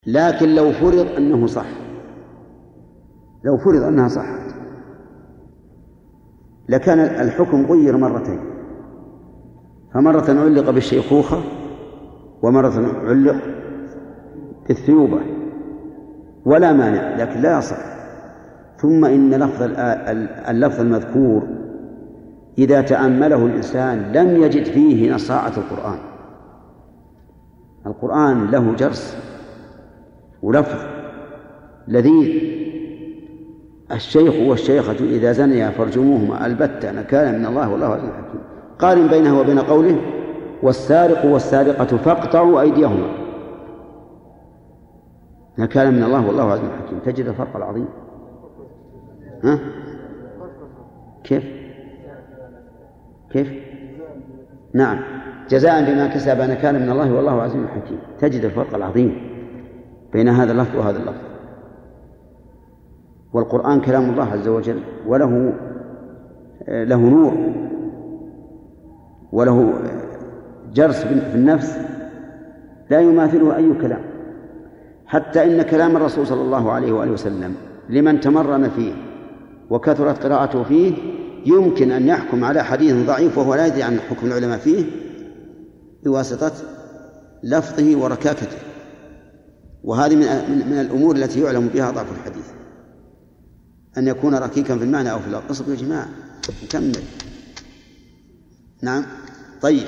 لكن لو فرض أنه صح، لو فرض أنها صحت لكان الحكم غير مرتين، فمرة علق بالشيخوخة ومرة علق بالثيوبة ولا مانع، لكن لا يصح. ثم إن اللفظ المذكور إذا تأمله الإنسان لم يجد فيه نصاعة القرآن. القرآن له جرس ولفظ لذيذ. الشيخ والشيخة إذا زنيا فارجموهما البتة نكالا من الله والله عزيز حكيم. قارن بينه وبين قوله والسارق والسارقة فاقطعوا أيديهما نكالا من الله والله عزيز حكيم. تجد الفرق العظيم. ها؟ كيف؟ نعم، جزاء بما كسب نكالا من الله والله عزيز حكيم. تجد الفرق العظيم بين هذا اللفظ وهذا اللفظ. والقرآن كلام الله عز وجل، وله نور وله جرس في النفس لا يماثله أي كلام. حتى إن كلام الرسول صلى الله عليه وآله وسلم لمن تمرن فيه وكثرت قراءته فيه يمكن أن يحكم على حديث ضعيف وهو لا يدري عن حكم العلماء فيه بواسطة لفظه وركاكته. وهذه من الأمور التي يعلم بها ضعف الحديث، أن يكون ركيكا في المعنى أو في اللفظ. اصبروا يا جماعة نكمل. نعم. طيب،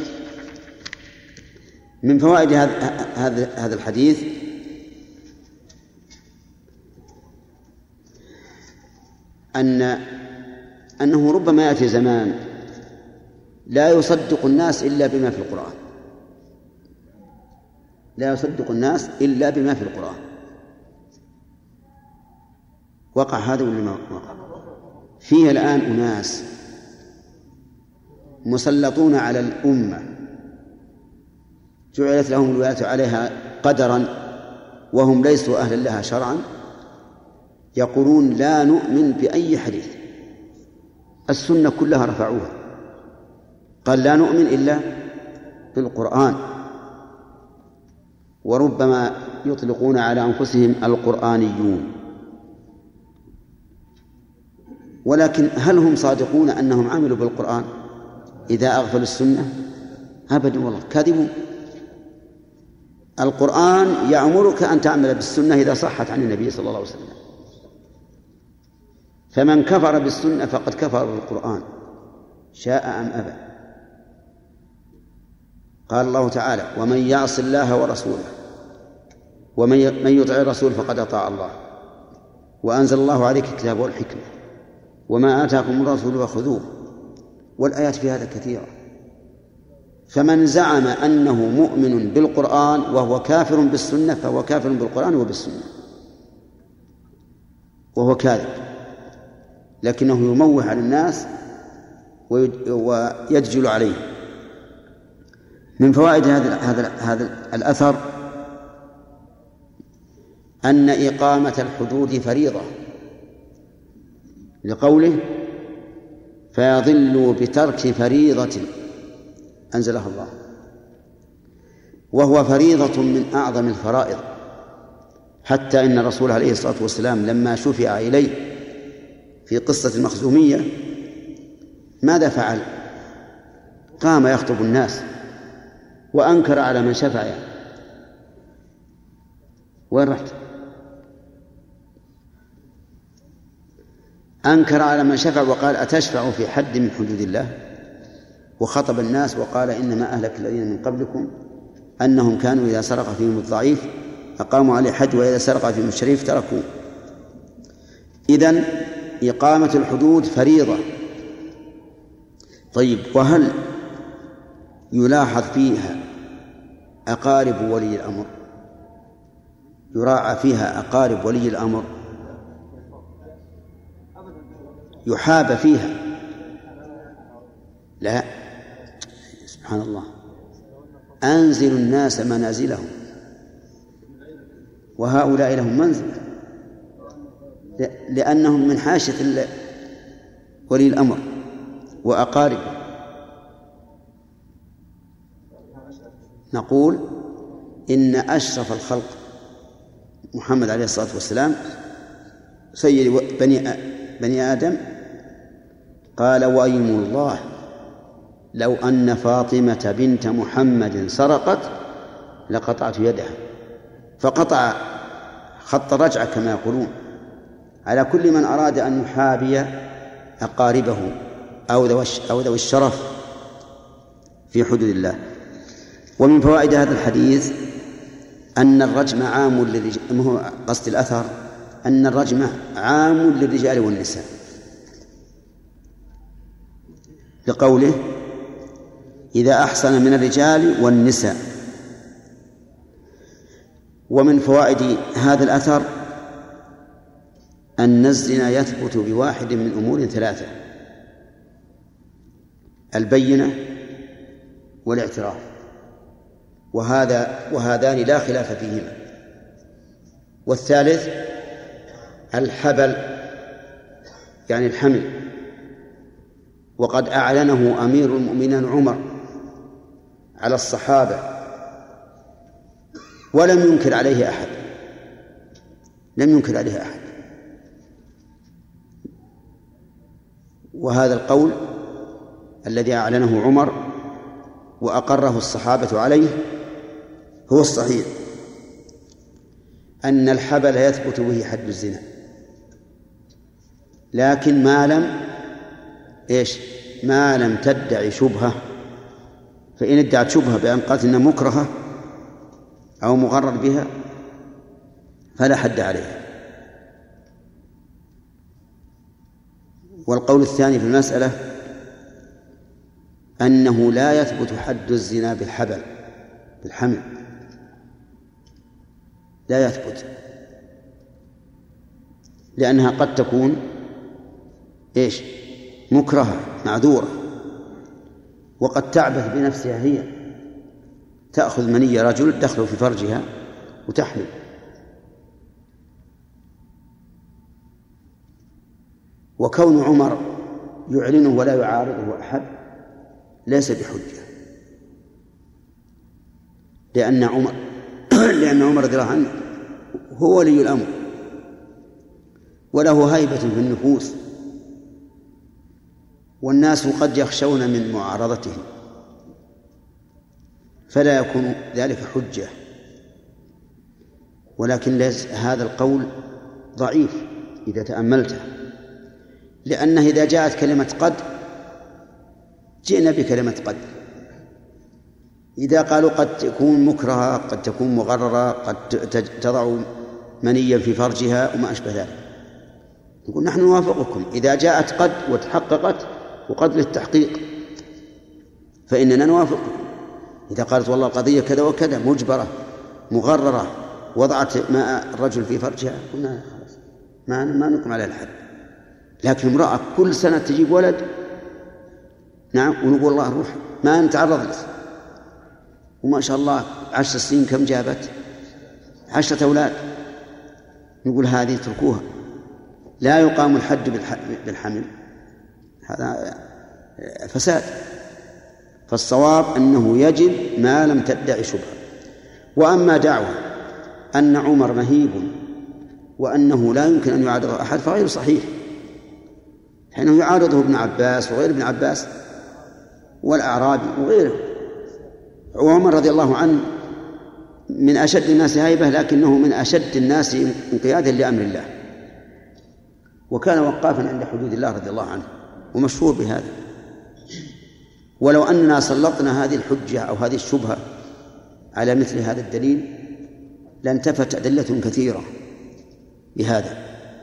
من فوائد هذا الحديث أنه ربما يأتي زمان لا يصدق الناس إلا بما في القرآن، لا يصدق الناس إلا بما في القرآن. وقع هذا ولا ما وقع؟ فيه الآن أناس مسلطون على الأمة جعلت لهم الولاية عليها قدرا وهم ليسوا أهلا لها شرعا، يقولون لا نؤمن بأي حديث، السنة كلها رفعوها، قال لا نؤمن إلا بالقرآن. وربما يطلقون على أنفسهم القرآنيون. ولكن هل هم صادقون أنهم عملوا بالقرآن إذا أغفلوا السنة؟ أبدا والله، كاذبون. القرآن يأمرك أن تعمل بالسنة إذا صحت عن النبي صلى الله عليه وسلم. فمن كفر بالسنة فقد كفر بالقرآن شاء أم أبى. قال الله تعالى ومن يعص الله ورسوله ومن يطع الرسول فقد أطاع الله وأنزل الله عليك الكتاب والحكمة وما آتاكم الرسول فخذوه. والآيات في هذا كثيرة. فمن زعم أنه مؤمن بالقرآن وهو كافر بالسنة فهو كافر بالقرآن وبالسنة، وهو كاذب، لكنه يموه على الناس ويدجل عليه. من فوائد هذا الأثر أن إقامة الحدود فريضة، لقوله فيضل بترك فريضة أنزلها الله، وهو فريضة من أعظم الفرائض. حتى إن الرسول عليه الصلاة والسلام لما شفع إليه في قصة المخزومية ماذا فعل؟ قام يخطب الناس وأنكر على من شفع. وين رحت؟ أنكر على من شفع وقال أتشفع في حد من حدود الله؟ وخطب الناس وقال إنما أهلك الذين من قبلكم أنهم كانوا إذا سرق فيهم الضعيف أقاموا عليه حد وإذا سرق فيهم الشريف تركوه. إذن إقامة الحدود فريضة. طيب، وهل يلاحظ فيها أقارب ولي الأمر؟ يراعى فيها أقارب ولي الأمر؟ يحاب فيها؟ لا، سبحان الله. أنزل الناس منازلهم وهؤلاء لهم منزل، لأنهم من حاشية ولي الأمر وأقاربه. نقول إن أشرف الخلق محمد عليه الصلاة والسلام سيد بني آدم، قال: وأيم الله لو أن فاطمة بنت محمد سرقت لقطعت يدها. فقطع خط رجعة كما يقولون على كل من أراد أن يحابي أقاربه أو ذوي الشرف في حدود الله. ومن فوائد هذا الحديث أن الرجم عام للرجال، هو قصد الأثر أن الرجم عام للرجال والنساء، لقوله: إذا أحصن من الرجال والنساء. ومن فوائد هذا الأثر أن الزنا يثبت بواحد من أمور ثلاثة: البينة والاعتراف، وهذان لا خلاف فيهما. والثالث الحبل يعني الحمل، وقد أعلنه أمير المؤمنين عمر على الصحابة ولم ينكر عليه أحد، وهذا القول الذي أعلنه عمر وأقره الصحابة عليه هو الصحيح، أن الحبل يثبت به حد الزنا، لكن ما لم تدعي شبهة. فإن ادعت شبهة بأن قالت إنها مكرهة أو مغرر بها فلا حد عليها. والقول الثاني في المسألة أنه لا يثبت حد الزنا بالحمل، لا يثبت، لأنها قد تكون مكرهة معذورة، وقد تعبث بنفسها، هي تأخذ مني رجل تدخل في فرجها وتحمل. وكون عمر يعلنه ولا يعارضه أحد ليس بحجة، لأن عمر رضي الله عنه هو ولي الأمر وله هيبة في النفوس، والناس قد يخشون من معارضته، فلا يكون ذلك حجة. ولكن هذا القول ضعيف إذا تأملته، لأنه إذا جاءت كلمة قد جئنا بكلمة قد. إذا قالوا قد تكون مكرهة، قد تكون مغررة، قد تضع منيا في فرجها وما أشبه ذلك، نقول نحن نوافقكم. إذا جاءت قد وتحققت وقد للتحقيق فإننا نوافقكم. إذا قالت والله القضية كذا وكذا مجبرة مغررة وضعت ماء الرجل في فرجها، قلنا خلاص ما نقم على الحد. لكن امرأة كل سنة تجيب ولد، نعم، ونقول الله روح ما نتعرض له، وما شاء الله 10 سنين كم جابت؟ 10 أولاد، نقول هذه تركوها، لا يقام الحد بالحمل، هذا فساد. فالصواب أنه يجب ما لم تدعي شبهة. وأما دعوة أن عمر مهيب وأنه لا يمكن أن يعارضه أحد فغير صحيح، حينه يعارضه ابن عباس وغير ابن عباس والأعرابي وغيره. عمر رضي الله عنه من أشد الناس هيبة، لكنه من أشد الناس انقيادا لأمر الله، وكان وقافا عند حدود الله رضي الله عنه ومشهور بهذا. ولو أننا سلطنا هذه الحجة أو هذه الشبهة على مثل هذا الدليل لانتفت أدلة كثيرة بهذا.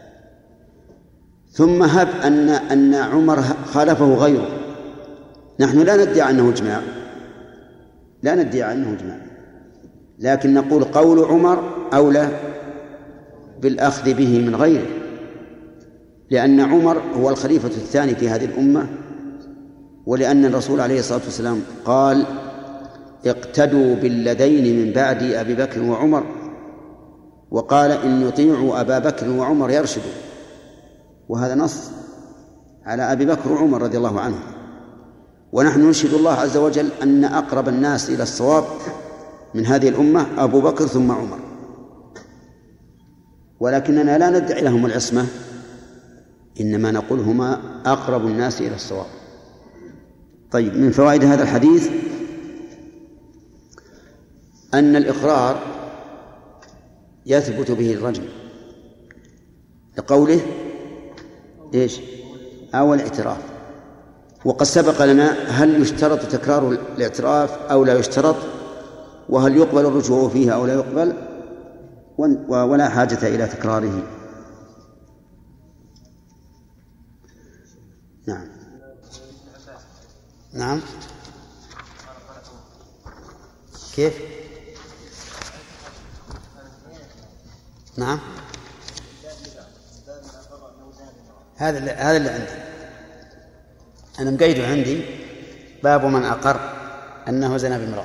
ثم هب أن عمر خالفه غيره، نحن لا ندعي أنه إجماع، لكن نقول قول عمر أولى بالأخذ به من غيره، لأن عمر هو الخليفة الثاني في هذه الأمة، ولأن الرسول عليه الصلاة والسلام قال: اقتدوا بالذين من بعد أبي بكر وعمر، وقال: إن يطيعوا أبا بكر وعمر يرشدوا. وهذا نص على أبي بكر وعمر رضي الله عنهم. ونحن نشهد الله عز وجل أن أقرب الناس إلى الصواب من هذه الأمة أبو بكر ثم عمر، ولكننا لا ندعي لهم العصمة، إنما نقول هما أقرب الناس إلى الصواب. طيب، من فوائد هذا الحديث أن الإقرار يثبت به الرجم لقوله إيش؟ أو الاعتراف. وقد سبق لنا هل يشترط تكرار الاعتراف أو لا يشترط، وهل يقبل الرجوع فيه أو لا يقبل، ولا حاجة إلى تكراره. نعم نعم. كيف؟ نعم، هذا اللي عندي أنا مقيده عندي، باب من أقر أنه زنى بامرأة.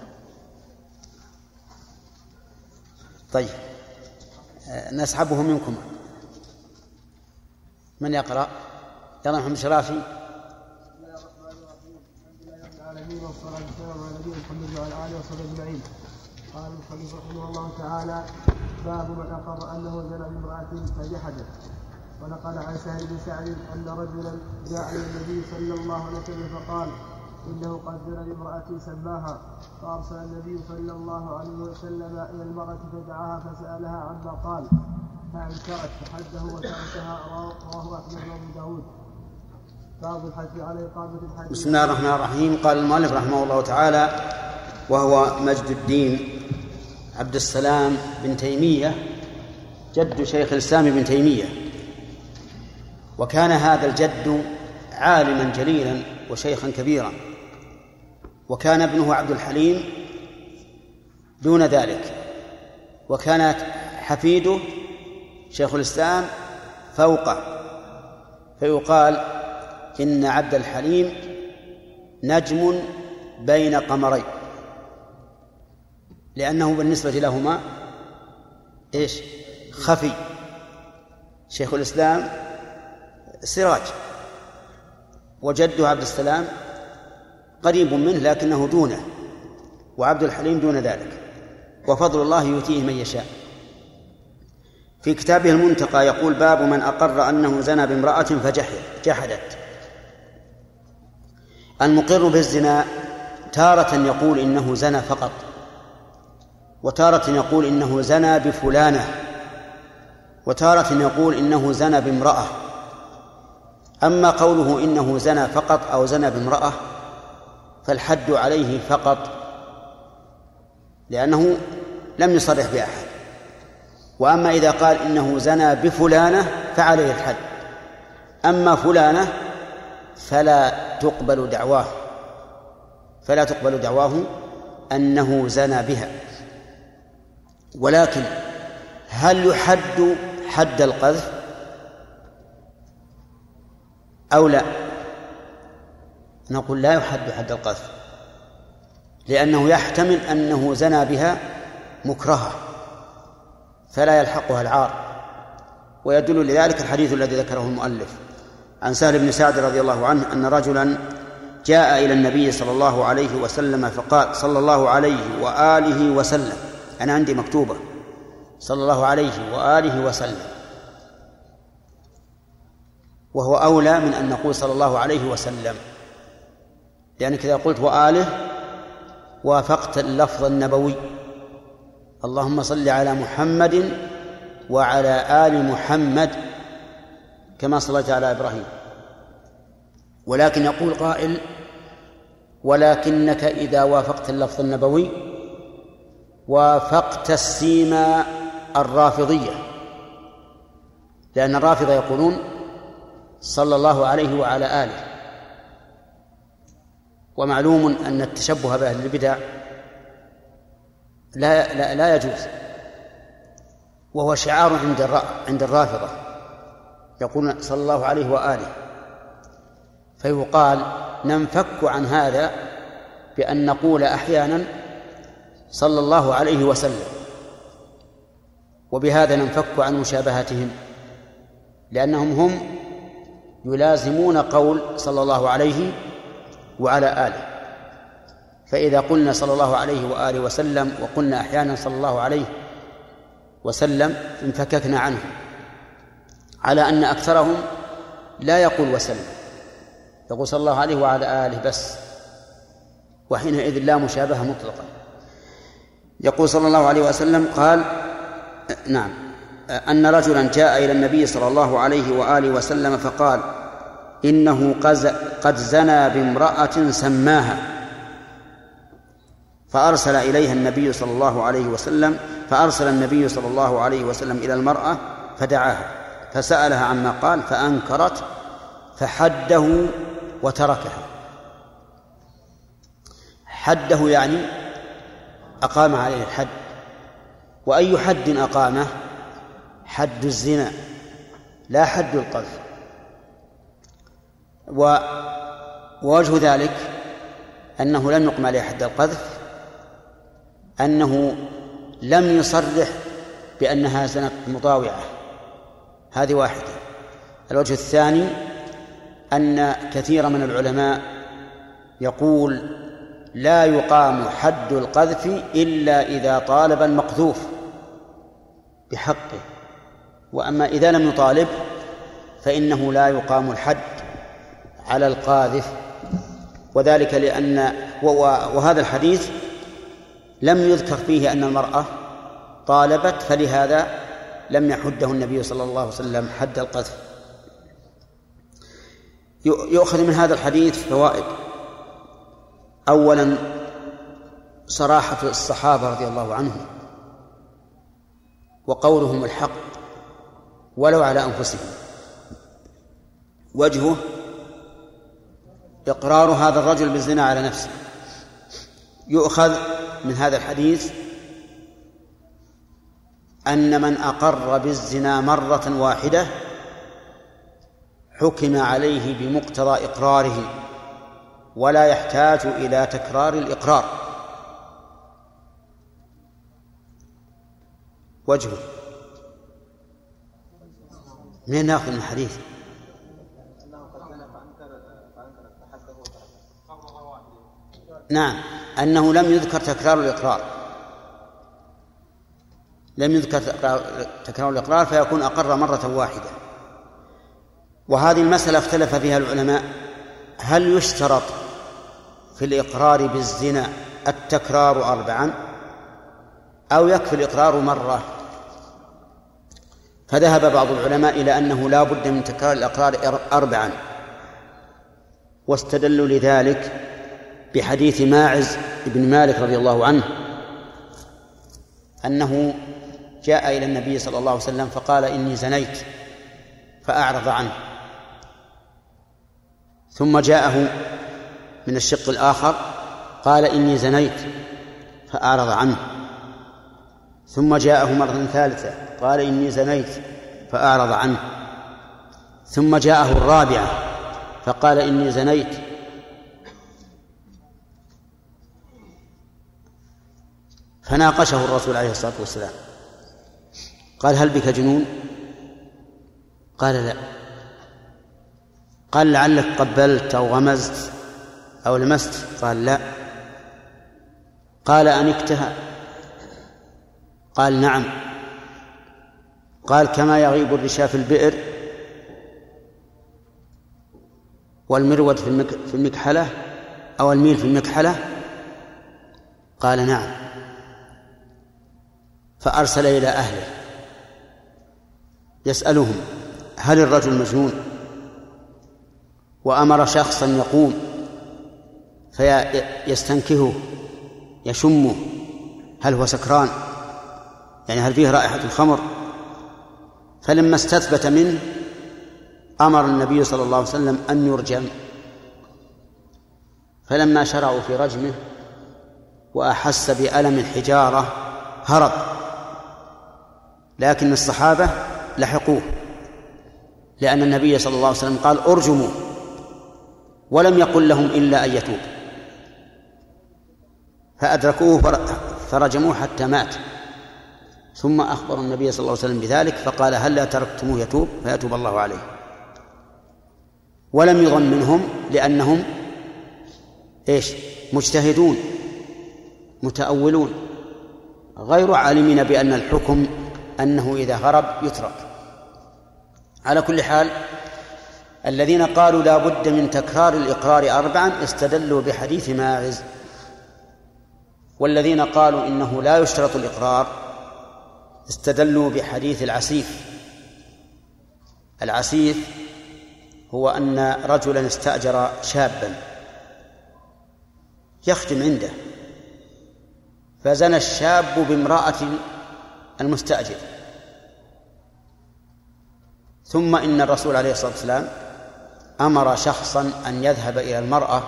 طيب، نسحبه منكم، من يقرأ؟ يلا محمد شرافي. بسم الله الرحمن الرحيم، الحمد لله رب العالمين والصلاة والسلام على نبينا محمد وعلى آله وصحبه أجمعين. قال المصنف رحمه الله تعالى: باب من أقر أنه زنى بامرأة فجحدت. ونقل عن سهل بن سعد أن رجلا جاء إلى النبي صلى الله عليه وسلم فقال: إنه قد زنى بامرأة سماها. فأرسل النبي صلى الله عليه وسلم إلى المرأة فدعاها فسألها عما قال، فأنكرت فحده وتركها. رواه أحمد وأبو داود. باب الحث على إقامة الحد. بسم الله الرحمن الرحيم. قال المؤلف رحمه الله تعالى، وهو مجد الدين عبد السلام بن تيمية، جد شيخ الإسلام بن تيمية. وكان هذا الجد عالما جليلا وشيخا كبيرا، وكان ابنه عبد الحليم دون ذلك، وكانت حفيده شيخ الإسلام فوقه، فيقال إن عبد الحليم نجم بين قمرين، لأنه بالنسبة لهما إيش؟ خفي. شيخ الإسلام سراج، وجده عبد السلام قريب منه لكنه دونه، وعبد الحليم دون ذلك، وفضل الله يؤتيه من يشاء. في كتابه المنتقى يقول: باب من أقر أنه زنى بامرأة فجحدت. المقر بالزنا تارة يقول إنه زنى فقط، وتارة يقول إنه زنى بفلانة، وتارة يقول إنه زنى بامرأة. أما قوله إنه زنى فقط أو زنى بامرأة فالحد عليه فقط، لأنه لم يصرح بأحد. وأما إذا قال إنه زنى بفلانة فعليه الحد. أما فلانة فلا تقبل دعواه أنه زنى بها. ولكن هل يحد حد القذف أو لا؟ نقول لا يحد حد القذف، لأنه يحتمل أنه زنى بها مكرهة فلا يلحقها العار. ويدل لذلك الحديث الذي ذكره المؤلف عن سهل بن سعد رضي الله عنه أن رجلا جاء إلى النبي صلى الله عليه وسلم فقال صلى الله عليه وآله وسلم، أنا عندي مكتوبة صلى الله عليه وآله وسلم، وهو أولى من أن نقول صلى الله عليه وسلم، لأنك إذا قلت وآله وافقت اللفظ النبوي: اللهم صل على محمد وعلى آل محمد كما صليت على إبراهيم. ولكن يقول قائل: ولكنك إذا وافقت اللفظ النبوي وافقت السيما الرافضية، لأن الرافضة يقولون صلى الله عليه وعلى آله. ومعلوم أن التشبه بأهل البدع لا يجوز، وهو شعار عند الرافضة، يقولون صلى الله عليه وآله. فيقال ننفك عن هذا بأن نقول أحيانا صلى الله عليه وسلم، وبهذا ننفك عن مشابهتهم، لأنهم هم يلازمون قول صلى الله عليه وعلى آله. فإذا قلنا صلى الله عليه وآله وسلم وقلنا أحيانا صلى الله عليه وسلم انفككنا عنه، على أن أكثرهم لا يقول وسلم، يقول صلى الله عليه وعلى آله بس، وحينئذ لا مشابهة مطلقة. يقول صلى الله عليه وسلم قال نعم أن رجلا جاء إلى النبي صلى الله عليه وآله وسلم فقال إنه قد زنى بامرأة سماها، فأرسل النبي صلى الله عليه وسلم إلى المرأة فدعاها فسألها عما قال فأنكرت فحده وتركها. حده يعني أقام عليه الحد. وأي حد أقامه؟ حد الزنا لا حد القذف. ووجه ذلك أنه لم يقم عليه حد القذف أنه لم يصرح بأنها زنت مطاوعة، هذه واحدة. الوجه الثاني أن كثير من العلماء يقول لا يقام حد القذف إلا إذا طالب المقذوف بحقه، وأما إذا لم يطالب فإنه لا يقام الحد على القاذف. وذلك لأن وهذا الحديث لم يذكر فيه أن المرأة طالبت، فلهذا لم يحده النبي صلى الله عليه وسلم حد القذف. يؤخذ من هذا الحديث فوائد. أولا صراحة الصحابة رضي الله عنهم وقولهم الحق ولو على أنفسهم. وجهه إقرار هذا الرجل بالزنا على نفسه. يؤخذ من هذا الحديث أن من أقر بالزنا مرة واحدة حكم عليه بمقتضى إقراره ولا يحتاج إلى تكرار الإقرار. وجهه من ناخذ من الحديث؟ نعم، أنه لم يذكر تكرار الإقرار، لم يذكر تكرار الإقرار فيكون أقر مرة واحدة. وهذه المسألة اختلف فيها العلماء، هل يشترط في الإقرار بالزنا التكرار 4 أو يكفي الإقرار مرة؟ فذهب بعض العلماء إلى أنه لا بد من تكرار الإقرار 4، واستدلوا لذلك بحديث ماعز بن مالك رضي الله عنه أنه جاء إلى النبي صلى الله عليه وسلم فقال إني زنيت فأعرض عنه، ثم جاءه من الشق الآخر قال إني زنيت فأعرض عنه، ثم جاءه مرة ثالثة قال إني زنيت فأعرض عنه، ثم جاءه الرابعة فقال إني زنيت فناقشه الرسول عليه الصلاة والسلام قال هل بك جنون؟ قال لا. قال لعلك قبلت أو غمزت أو لمست؟ قال لا. قال أنكتها؟ قال نعم. قال كما يغيب الرشا في البئر والمرود في المكحلة أو الميل في المكحلة؟ قال نعم. فأرسل إلى أهله يسألهم هل الرجل مجنون؟ وأمر شخصا يقوم فيستنكهه يشمه هل هو سكران، يعني هل فيه رائحة الخمر؟ فلما استثبت منه أمر النبي صلى الله عليه وسلم أن يرجم. فلما شرعوا في رجمه وأحس بألم الحجارة هرب، لكن الصحابة لحقوه لأن النبي صلى الله عليه وسلم قال أرجموا، ولم يقل لهم إلا أن يتوب، فأدركوه فرجموه حتى مات. ثم أخبروا النبي صلى الله عليه وسلم بذلك فقال هل لا تركتموه يتوب فيتوب الله عليه. ولم يظن منهم لأنهم مجتهدون متأولون غير عالمين بأن الحكم أنه إذا هرب يترك. على كل حال الذين قالوا لا بد من تكرار الإقرار 4 استدلوا بحديث ماعز، والذين قالوا إنه لا يشترط الإقرار استدلوا بحديث العسيف. العسيف هو أن رجلا استأجر شابا يخدم عنده، فزنى الشاب بامرأة المستأجر، ثم إن الرسول عليه الصلاة والسلام أمر شخصا أن يذهب إلى المرأة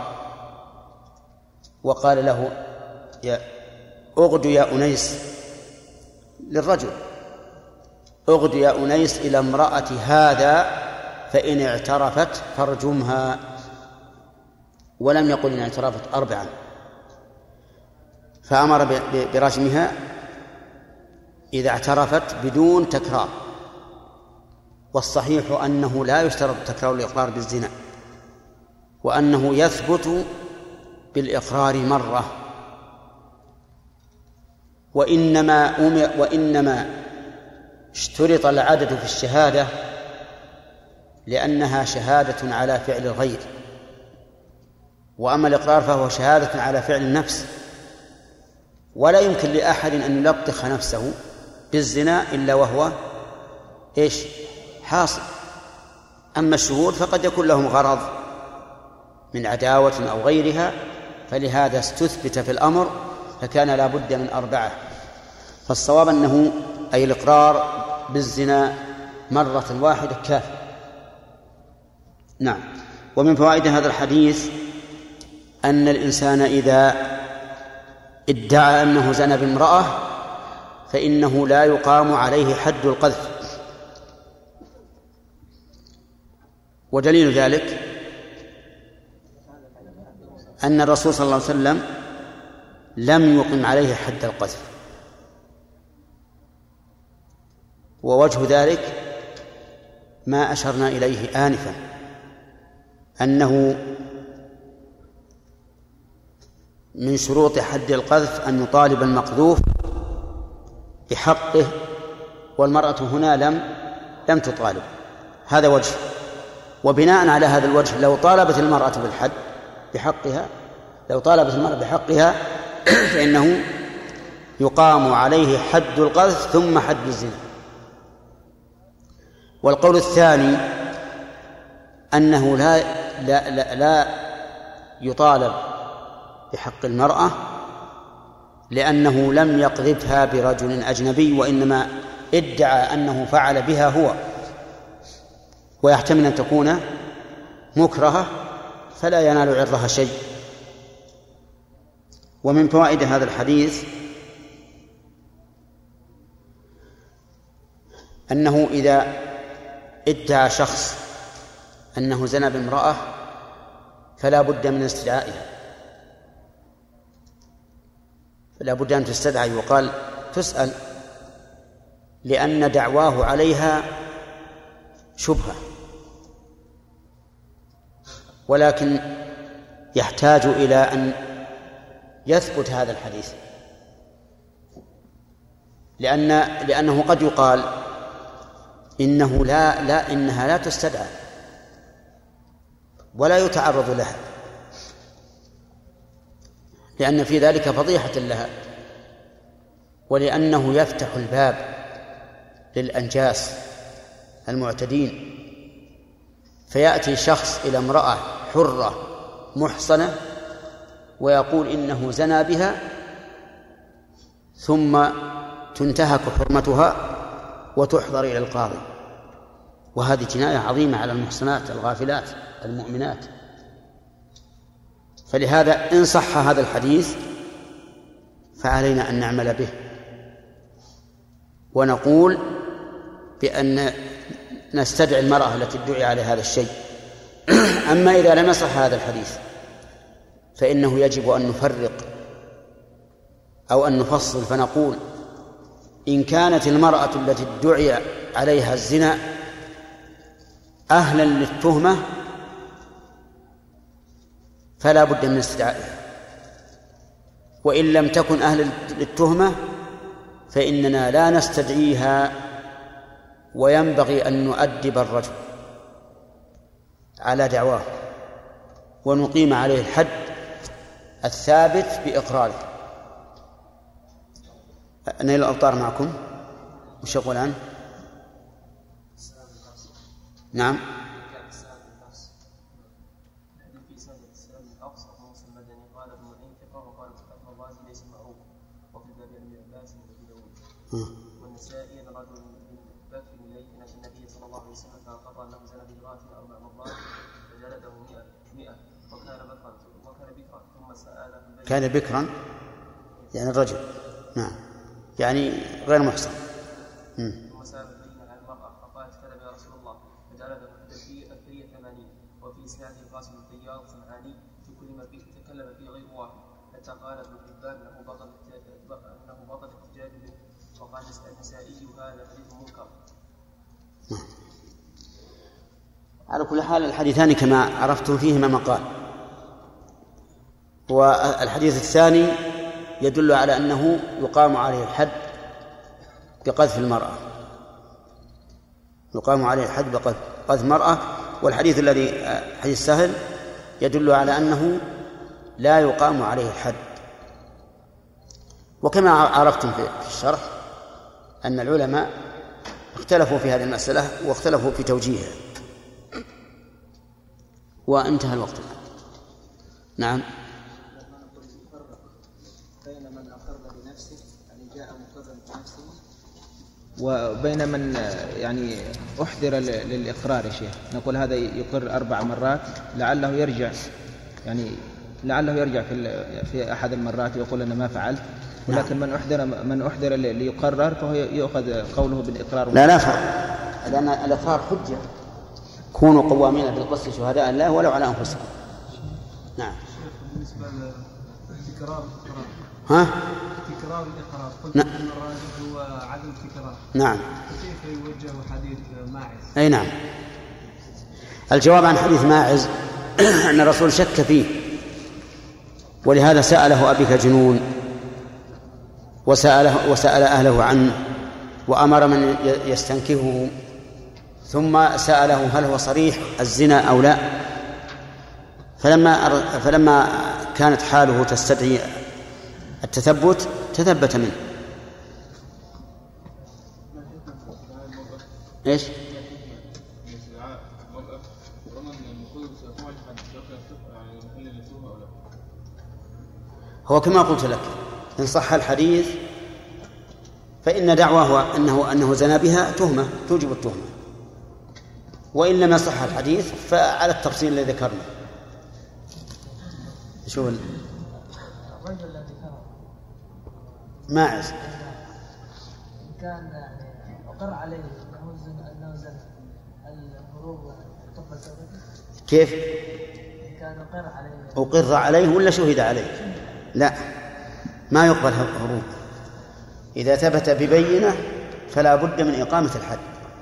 وقال له أغد يا أنيس، للرجل أغد يا أنيس إلى امرأة هذا فإن اعترفت فارجمها، ولم يقل إن اعترفت 4، فأمر برجمها إذا اعترفت بدون تكرار. والصحيح أنه لا يشترط تكرار الإقرار بالزنا، وأنه يثبت بالإقرار مرة، وإنما اشترط العدد في الشهادة لأنها شهادة على فعل الغير، وأما الإقرار فهو شهادة على فعل النفس، ولا يمكن لأحد أن يلطخ نفسه بالزنا إلا وهو حاصل. أما الشهود فقد يكون لهم غرض من عداوة أو غيرها، فلهذا استثبت في الأمر فكان لا بد من 4. فالصواب أنه أي الإقرار بالزنا مرة واحدة كافٍ. نعم. ومن فوائد هذا الحديث أن الإنسان إذا ادعى أنه زنى بامرأة فإنه لا يقام عليه حد القذف، ودليل ذلك أن الرسول صلى الله عليه وسلم لم يقم عليه حد القذف، ووجه ذلك ما أشرنا إليه آنفا، أنه من شروط حد القذف أن يطالب المقذوف بحقه، والمرأة هنا لم تطالب. هذا وجه. وبناء على هذا الوجه لو طالبت المرأة بحقها فإنه يقام عليه حد القذف ثم حد الزنا. والقول الثاني أنه لا يطالب بحق المرأة لأنه لم يقذفها برجل أجنبي، وإنما ادعى أنه فعل بها هو، ويحتمل أن تكون مكرهة فلا ينال عرضها شيء. ومن فوائد هذا الحديث أنه إذا ادعى شخص أنه زنى بامرأة فلا بد من استدعائها، فلا بد أن تستدعى، وقال تسأل، لأن دعواه عليها شبهة، ولكن يحتاج إلى أن يثبت هذا الحديث، لأنه قد يقال إنها لا تستدعى ولا يتعرض لها، لأن في ذلك فضيحة لها، ولأنه يفتح الباب للأنجاس المعتدين. فيأتي شخص إلى امرأة حرة محصنة ويقول إنه زنى بها، ثم تنتهك حرمتها وتحضر إلى القاضي، وهذه جناية عظيمة على المحصنات الغافلات المؤمنات. فلهذا إن صح هذا الحديث فعلينا أن نعمل به، ونقول بأن نستدعي المرأة التي ادعي على هذا الشيء. أما إذا لم يصح هذا الحديث فإنه يجب أن نفرق أو أن نفصل، فنقول إن كانت المرأة التي ادعي عليها الزنا أهلا للتهمة فلا بد من استدعائها، وإن لم تكن أهلا للتهمة فإننا لا نستدعيها وينبغي أن نؤدب الرجل على دعواه ونقيم عليه الحد الثابت بإقراره. نيل الأوطار معكم وش يقول عنه؟ نعم. والنسائي أن رجل من بكر إليه أن النبي صلى الله عليه وسلم قضى أنه زنى بامرأة 4 مرات فجلده 100 وكان بكرا ثم سأله كان بكرا يعني الرجل نعم يعني غير محصن. ثم سأل البينة عن المرأة فقالت كذب يا رسول الله فجلده الفية 80 وفي إسناده القاسم الطيار صنعاني تكلم فيه غير واحد حتى قال ابن حبان أنه بطل احتجاج به وقال النسائي هذا حديث منكر. على كل حال الحديثان كما عرفتم فيهما مقال. والحديث الثاني يدل على أنه يقام عليه الحد بقذف المرأة، يقام عليه الحد بقذف المرأة. والحديث الذي حديث سهل يدل على أنه لا يقام عليه الحد. وكما عرفتم في الشرح أن العلماء اختلفوا في هذه المسألة واختلفوا في توجيهها. وانتهى الوقت. نعم. بين من أقر بنفسه يعني جاء مقرا بنفسه وبين من يعني أحضر للإقرار يا شيخ، نقول هذا يقر 4 مرات لعله يرجع يعني لعله يرجع في أحد المرات ويقول أنا ما فعلت، ولكن من أحضر ليقرر فهو يأخذ قوله بالإقرار. لا فرق، لأن الإقرار حجة. كونوا قوامين بالقسط شهداء الله ولو على أنفسكم. نعم. بالنسبة للتكرار تكرار الإقرار قلت أن الراجح هو عدم التكرار. نعم. كيف يوجه حديث ماعز؟ أي نعم. الجواب عن حديث ماعز أن الرسول شك فيه، ولهذا سأله أبيك جنون وسأل أهله عنه وأمر من يستنكهه، ثم سأله هل هو صريح الزنا أو لا. فلما كانت حاله تستدعي التثبت تثبت منه. إيش؟ هو كما قلت لك إن صح الحديث فإن دعواه أنه زنا بها تهمة توجب التهمة، وإن لم يصح الحديث فعلى التفصيل الذي ذكرنا. شو الرجل الذي كان ماعز كان يعني أقر عليه أنه زنا الهروب طب سبب كيف؟ كان أقر عليه ولا شهد عليه؟ لا، ما يقبل هروب. إذا ثبت ببينة فلا بد من إقامة الحد.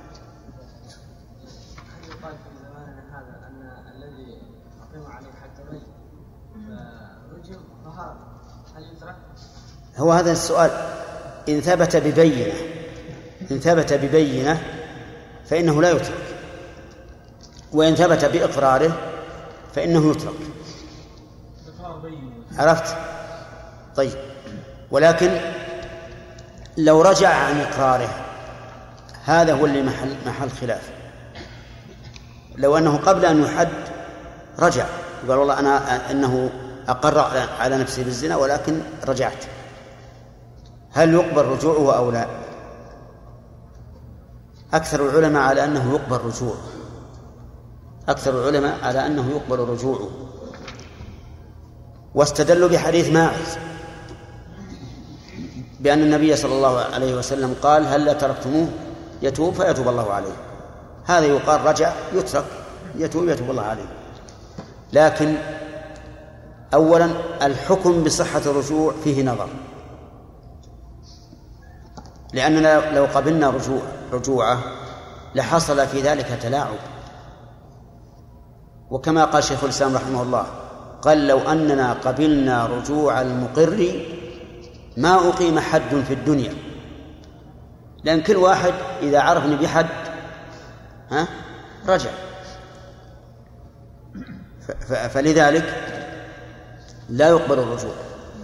هل يقال في زماننا هذا أن الذي أقيم عليه حد الرجم فرجم فهرب هل يترك؟ هو هذا السؤال. إن ثبت ببينة فإنه لا يترك، وإن ثبت بإقراره فإنه يترك. عرفت؟ طيب. ولكن لو رجع عن إقراره هذا هو اللي محل خلاف. لو أنه قبل أن يحد رجع قال والله أنا أنه أقر على نفسه بالزنا ولكن رجعت، هل يقبل رجوعه أو لا؟ أكثر العلماء على أنه يقبل رجوعه، واستدلوا بحديث ماعز بأن النبي صلى الله عليه وسلم قال هل لا تركتموه يتوب فيتوب الله عليه. هذا يقال رجع يتوب الله عليه. لكن أولا الحكم بصحة الرجوع فيه نظر، لأننا لو قبلنا رجوعه لحصل في ذلك تلاعب. وكما قال شيخ الإسلام رحمه الله قال لو أننا قبلنا رجوع المقر ما أقيم حد في الدنيا لأن كل واحد إذا عرفني بحد رجع. فلذلك لا يقبل الرجوع،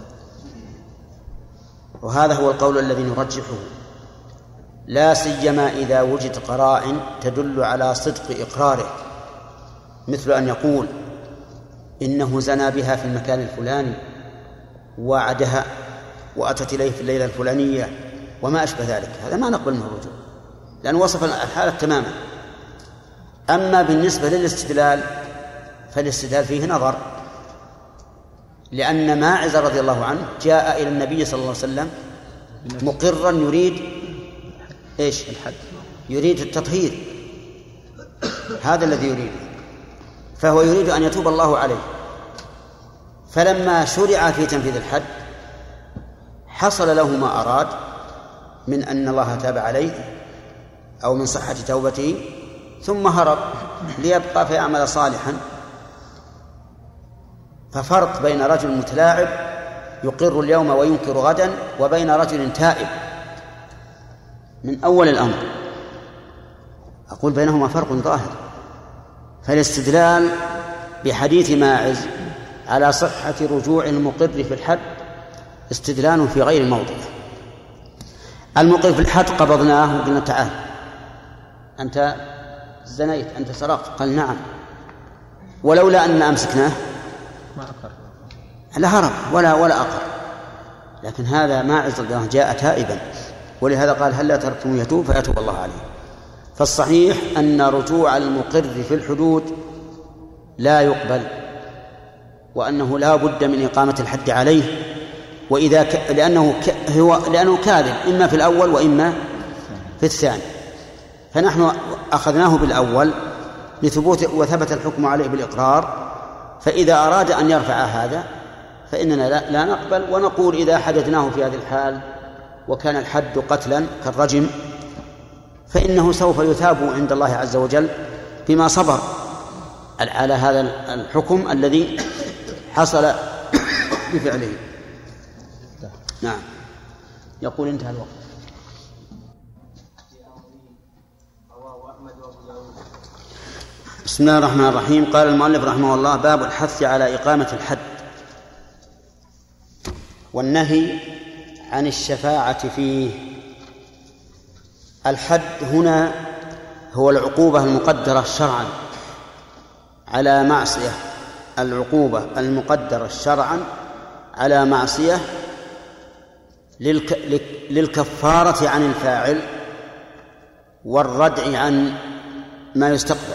وهذا هو القول الذي نرجحه، لا سيما إذا وجد قرائن تدل على صدق إقراره، مثل أن يقول إنه زنى بها في المكان الفلاني وعدها وأتت إليه في الليلة الفلانية وما أشبه ذلك، هذا ما نقبل منه الرجوع لأنه وصف الحالة تماما. أما بالنسبة للاستدلال فالاستدلال فيه نظر، لأن ماعز رضي الله عنه جاء إلى النبي صلى الله عليه وسلم مقرا يريد إيش؟ الحد، يريد التطهير، هذا الذي يريده، فهو يريد أن يتوب الله عليه. فلما شرع في تنفيذ الحد حصل له ما أراد من أن الله تاب عليه أو من صحة توبته، ثم هرب ليبقى فيعمل صالحا. ففرق بين رجل متلاعب يقر اليوم وينكر غدا وبين رجل تائب من أول الأمر، أقول بينهما فرق ظاهر. فالاستدلال بحديث ماعز على صحة رجوع المقر في الحد استدلال في غير موضعه. المقر في الحد قبضناه وقلنا تعال أنت زنيت، أنت سرقت، قال نعم، ولولا أن أمسكناه ما أقر، لا هرب ولا أقر. لكن هذا ماعز جاء تائبا، ولهذا قال هل لا تركتم يتوب فيتوب الله عليه. فالصحيح أن رجوع المقر في الحدود لا يقبل، وأنه لا بد من إقامة الحد عليه، وإذا لأنه كاذب إما في الأول وإما في الثاني. فنحن أخذناه بالأول لثبوت وثبت الحكم عليه بالإقرار، فإذا أراد أن يرفع هذا فإننا لا نقبل، ونقول إذا حددناه في هذه الحال وكان الحد قتلا كالرجم فإنه سوف يثاب عند الله عز وجل بما صبر على هذا الحكم الذي حصل بفعله. نعم. يقول انتهى الوقت. بسم الله الرحمن الرحيم. قال المؤلف رحمه الله: باب الحث على إقامة الحد والنهي عن الشفاعة فيه. الحد هنا هو العقوبة المقدرة شرعا على معصية، العقوبة المقدرة شرعا على معصية للكفارة عن الفاعل والردع عن ما يستقبل.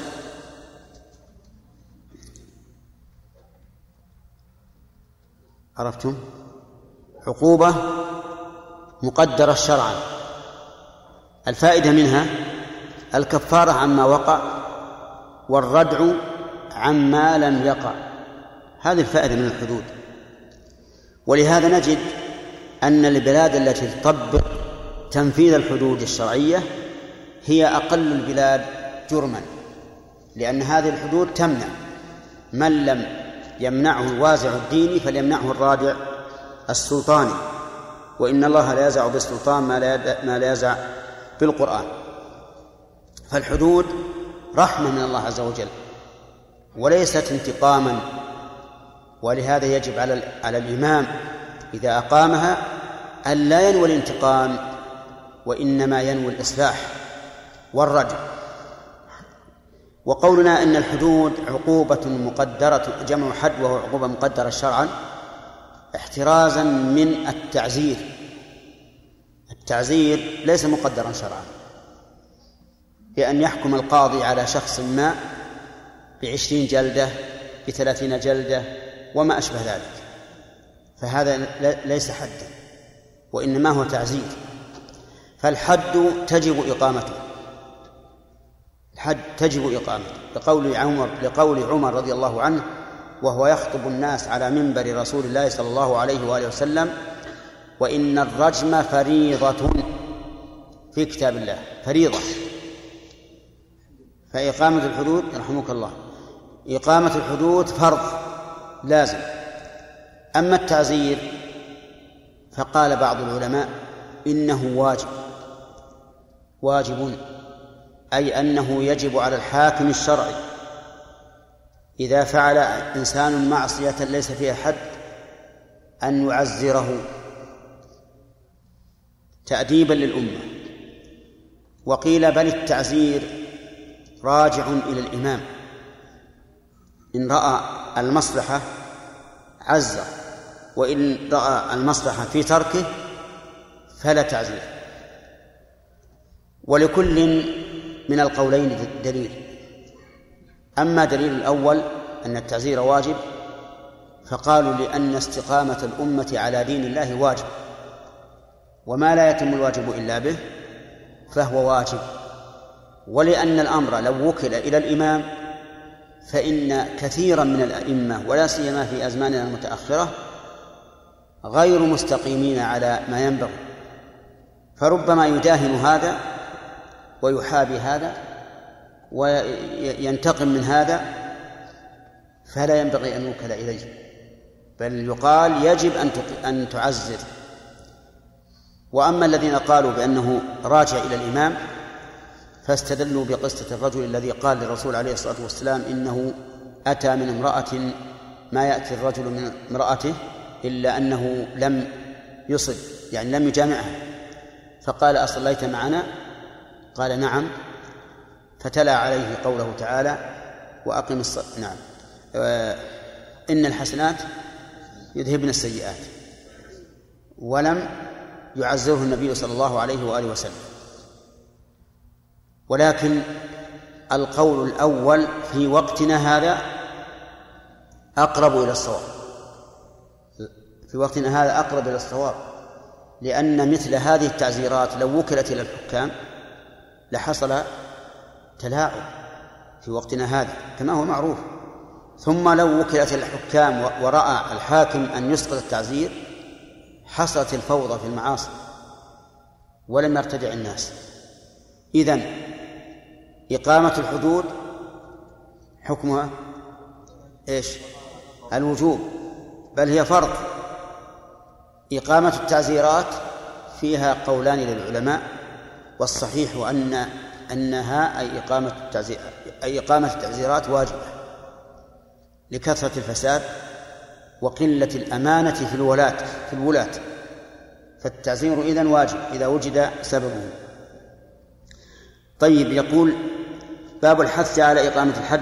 عرفتم؟ عقوبة مقدرة شرعا، الفائدة منها الكفارة عما وقع والردع عما لم يقع، هذه الفائدة من الحدود. ولهذا نجد أن البلاد التي تطبق تنفيذ الحدود الشرعية هي أقل البلاد جرما، لأن هذه الحدود تمنع من لم يمنعه الوازع الديني فليمنعه الرادع السلطاني، وإن الله لا يزع بالسلطان ما لا يزع بالقرآن. فالحدود رحمة من الله عز وجل وليست انتقاما، ولهذا يجب على الإمام إذا أقامها أن لا ينوي الانتقام، وإنما ينوي الإصلاح والردع. وقولنا إن الحدود عقوبة مقدرة، جمع حد وهو عقوبة مقدرة شرعا، احترازا من التعزير. التعزير ليس مقدرا شرعا، بأن يحكم القاضي على شخص ما ب20 جلدة ب30 جلدة وما أشبه ذلك، فهذا ليس حدا وإنما هو تعزير. فالحد تجب إقامته، الحد تجب إقامته لقول عمر رضي الله عنه وهو يخطب الناس على منبر رسول الله صلى الله عليه وآله وسلم: وإن الرجم فريضة في كتاب الله، فريضة. فإقامة الحدود رحمك الله، إقامة الحدود فرض لازم. أما التعزير فقال بعض العلماء إنه واجب، واجب، أي أنه يجب على الحاكم الشرعي إذا فعل إنسان معصية ليس فيها حد أن يعزره تأديبا للأمة. وقيل بل التعزير راجع إلى الإمام، إن رأى المصلحة عزر، وإن رأى المصلحة في تركه فلا تعزير. ولكل من القولين دليل. أما دليل الأول أن التعزير واجب فقالوا لأن استقامة الأمة على دين الله واجب، وما لا يتم الواجب إلا به فهو واجب. ولأن الأمر لو وكل إلى الإمام فإن كثيرا من الأئمة ولا سيما في أزماننا المتأخرة غير مستقيمين على ما ينبغي، فربما يداهن هذا ويحابي هذا وينتقم من هذا، فلا ينبغي أن يوكل إليه، بل يقال يجب أن تعزر. وأما الذين قالوا بأنه راجع إلى الإمام فاستدلوا بقصة الرجل الذي قال للرسول عليه الصلاة والسلام إنه أتى من امرأة ما يأتي الرجل من امرأته إلا أنه لم يصب، يعني لم يجامعها، فقال أصليت معنا؟ قال نعم، فتلا عليه قوله تعالى وأقم الصلاة، نعم، إن الحسنات يذهبن السيئات، ولم يعزره النبي صلى الله عليه وآله وسلم. ولكن القول الأول في وقتنا هذا أقرب إلى الصواب، في وقتنا هذا أقرب إلى الصواب، لأن مثل هذه التعزيرات لو وكلت إلى الحكام لحصل تلاعب في وقتنا هذا كما هو معروف. ثم لو وكلت إلى الحكام ورأى الحاكم أن يسقط التعزير حصلت الفوضى في المعاصي ولم يرتدع الناس. إذن إقامة الحدود حكمها إيش؟ الوجوب، بل هي فرض. إقامة التعزيرات فيها قولان للعلماء، والصحيح أنها أي إقامة التعزيرات واجبة لكثرة الفساد وقلة الأمانة في الولاة، فالتعزير إذن واجب إذا وجد سببه. طيب، يقول باب الحث على إقامة الحد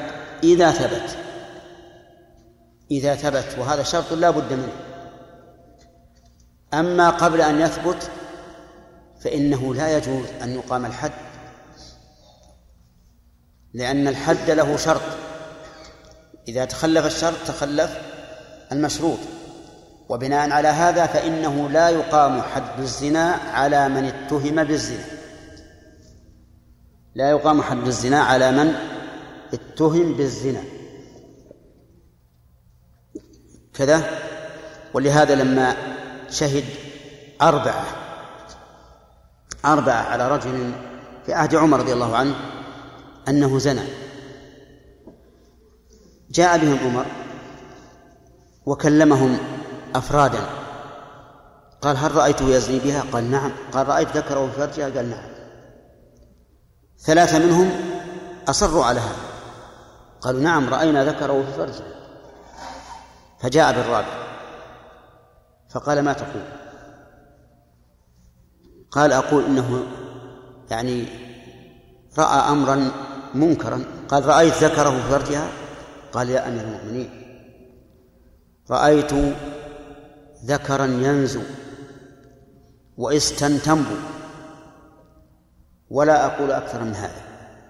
إذا ثبت، وهذا شرط لا بد منه. أما قبل أن يثبت فإنه لا يجوز أن يقام الحد، لأن الحد له شرط، إذا تخلف الشرط تخلف المشروط. وبناء على هذا فإنه لا يقام حد الزنا على من اتهم بالزنا، لا يقام حد الزنا على من اتهم بالزنا كذا. ولهذا لما شهد أربعة على رجل في عهد عمر رضي الله عنه أنه زنى، جاء بهم عمر وكلمهم أفرادا، قال هل رأيته يزني بها؟ قال نعم. قال رأيت ذكره في فرجها؟ قال نعم. 3 منهم أصروا على هذا، قالوا نعم رأينا ذكره في فرجها. فجاء بالرابع فقال ما تقول؟ قال أقول إنه يعني رأى أمرا منكرا. قال رأيت ذكره في فرجها؟ قال يا أمير المؤمنين رأيت ذكرا ينزو واستنتنب ولا أقول أكثر من هذا.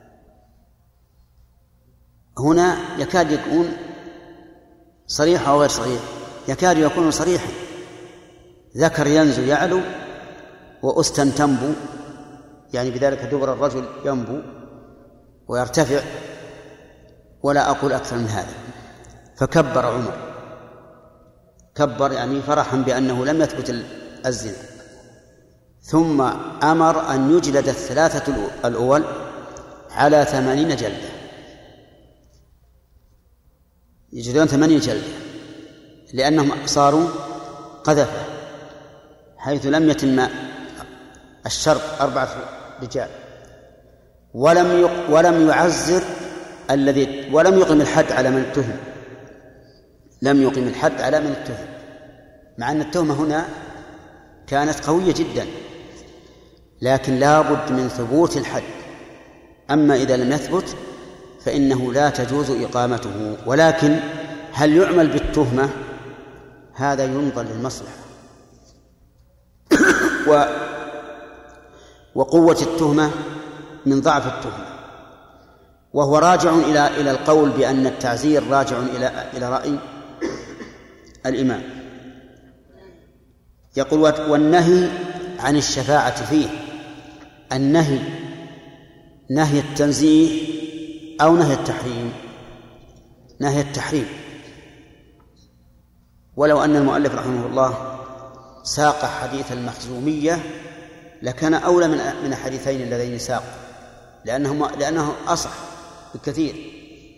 هنا يكاد يكون صريح أو غير صريح، يكاد يكون صريحا، ذكر ينزو يعلو واستنتنب، يعني بذلك دبر الرجل ينبو ويرتفع، ولا أقول أكثر من هذا. فكبر عمر، كبر يعني فرحا بأنه لم يثبت الزنا، ثم أمر أن يجلد 3 الأول على 80 جلدة، يجلدون 80 جلدة، لأنهم صاروا قذفة، حيث لم يتم الشرط 4 رجال ولم يعزر ولم يقم الحد على من اتهم، لم يقم الحد على من اتهم، مع أن التهمة هنا كانت قوية جدا، لكن لا بد من ثبوت الحد. أما إذا لم يثبت فإنه لا تجوز إقامته. ولكن هل يعمل بالتهمة؟ هذا ينظر للمصلحة وقوة التهمة من ضعف التهمة، وهو راجع إلى القول بأن التعزير راجع إلى رأي الإمام. يقول والنهي عن الشفاعة فيه، النهي نهي التنزيه أو نهي التحريم؟ نهي التحريم. ولو أن المؤلف رحمه الله ساق حديث المخزومية لكان أولى من الحديثين اللذين ساق، لأنه أصح بكثير.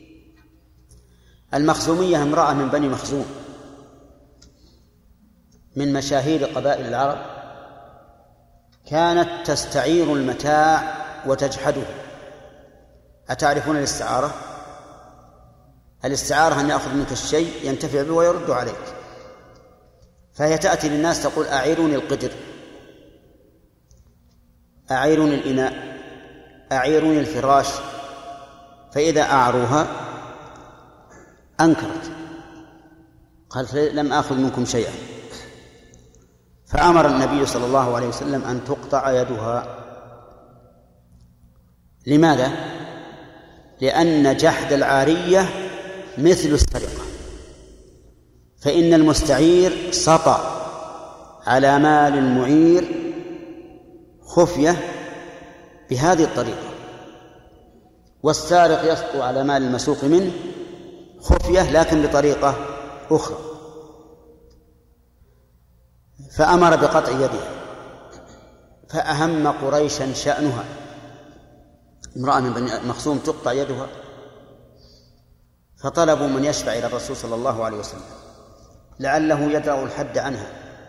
المخزومية امرأة من بني مخزوم من مشاهير قبائل العرب، كانت تستعير المتاع وتجحده. أتعرفون الاستعارة؟ الاستعارة أن يأخذ منك الشيء ينتفع به ويرد عليك. فهي تأتي للناس تقول أعيروني القدر، أعيروني الإناء، أعيروني الفراش، فإذا أعروها أنكرت، قالت لم آخذ منكم شيئا. فأمر النبي صلى الله عليه وسلم أن تقطع يدها. لماذا؟ لأن جحد العارية مثل السرقة، فإن المستعير سطى على مال المعير خفية بهذه الطريقة، والسارق يسطو على مال المسوق منه خفية لكن بطريقة أخرى. فأمر بقطع يدها، فأهم قريشا شأنها، امرأة من بني مخزوم تقطع يدها، فطلبوا من يشفع إلى الرسول صلى الله عليه وسلم لعله يدرأ الحد عنها،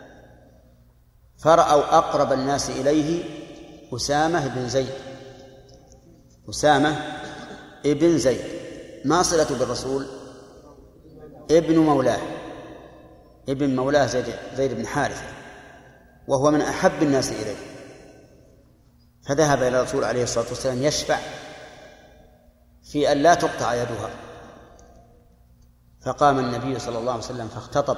فرأوا أقرب الناس إليه أسامة بن زيد. أسامة ابن زيد ما صلته بالرسول؟ ابن مولاه، ابن مولاه زيد بن حارثة، وهو من أحب الناس إليه. فذهب إلى الرسول عليه الصلاة والسلام يشفع في أن لا تقطع يدها. فقام النبي صلى الله عليه وسلم فاختطب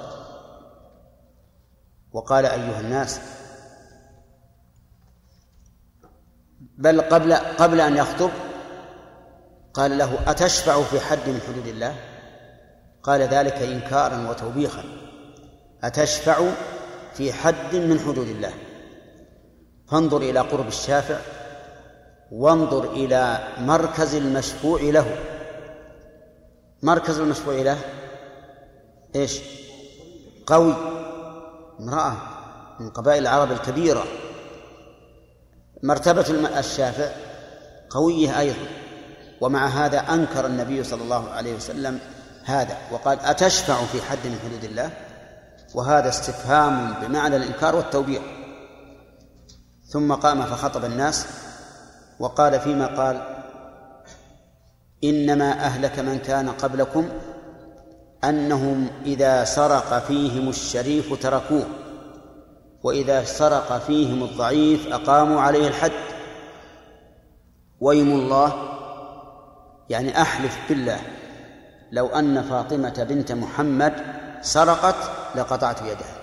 وقال أيها الناس، بل قبل أن يخطب قال له أتشفع في حد من حدود الله؟ قال ذلك إنكارا وتوبيخا، أتشفع في حد من حدود الله؟ فانظر إلى قرب الشافع وانظر إلى مركز المشفوع له. مركز المشفوع له إيش؟ قوي، امرأة من قبائل العرب الكبيرة. مرتبة الشافع قوية أيضا، ومع هذا أنكر النبي صلى الله عليه وسلم هذا وقال أتشفع في حد من حدود الله؟ وهذا استفهام بمعنى الإنكار والتوبيخ. ثم قام فخطب الناس وقال فيما قال إنما أهلك من كان قبلكم أنهم إذا سرق فيهم الشريف تركوه، وإذا سرق فيهم الضعيف أقاموا عليه الحد. ويم الله، يعني أحلف بالله لو أن فاطمة بنت محمد سرقت لقطعت يدها.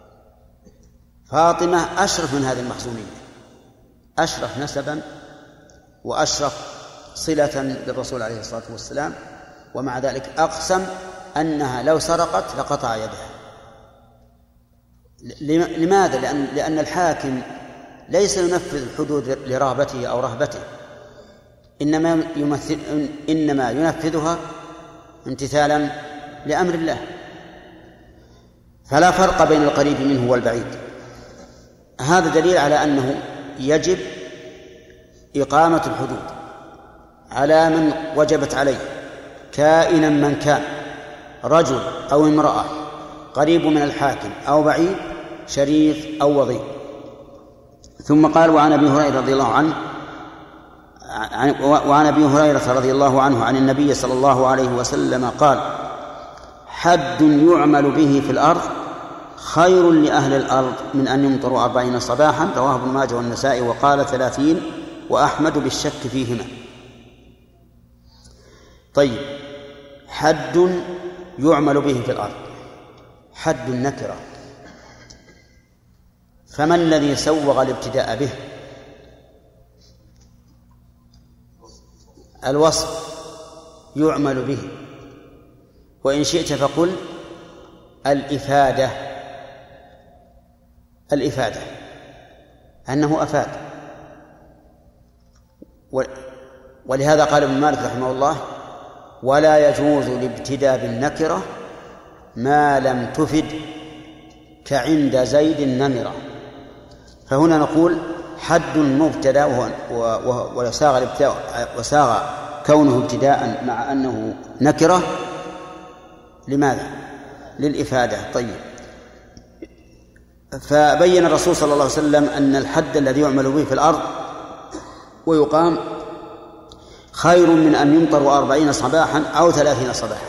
فاطمة أشرف من هذه المخزومية، أشرف نسبا وأشرف صلة بالرسول عليه الصلاة والسلام، ومع ذلك أقسم أنها لو سرقت لقطع يدها. لماذا؟ لأن الحاكم ليس ينفذ الحدود لرغبته أو رهبته، إنما ينفذها امتثالا لأمر الله. فلا فرق بين القريب منه والبعيد. هذا دليل على أنه يجب إقامة الحدود على من وجبت عليه، كائنا من كان، رجل أو امرأة، قريب من الحاكم أو بعيد، شريف أو وضيع. ثم قال وعن أبي هريرة رضي الله عنه وعن أبي هريرة رضي الله عنه عن النبي صلى الله عليه وسلم قال: حد يعمل به في الأرض خير لأهل الأرض من أن يمطروا 40 صباحا. رواه ابن ماجه والنسائي وقال 30 وأحمد بالشك فيهما. طيب، حد يعمل به في الأرض، حد النكرة، فما الذي سوغ الابتداء به؟ الوصف يعمل به، وإن شئت فقل الإفادة أنه أفاد. ولهذا قال ابن مالك رحمه الله: ولا يجوز الابتداء بالنكرة ما لم تفد كعند زيد النمرة. فهنا نقول حد مبتدأ وساغ كونه ابتداء مع أنه نكرة. لماذا؟ للإفادة. طيب، فبين الرسول صلى الله عليه وسلم أن الحد الذي يعمل به في الأرض ويقام خير من أن يمطر 40 صباحا أو 30 صباحا.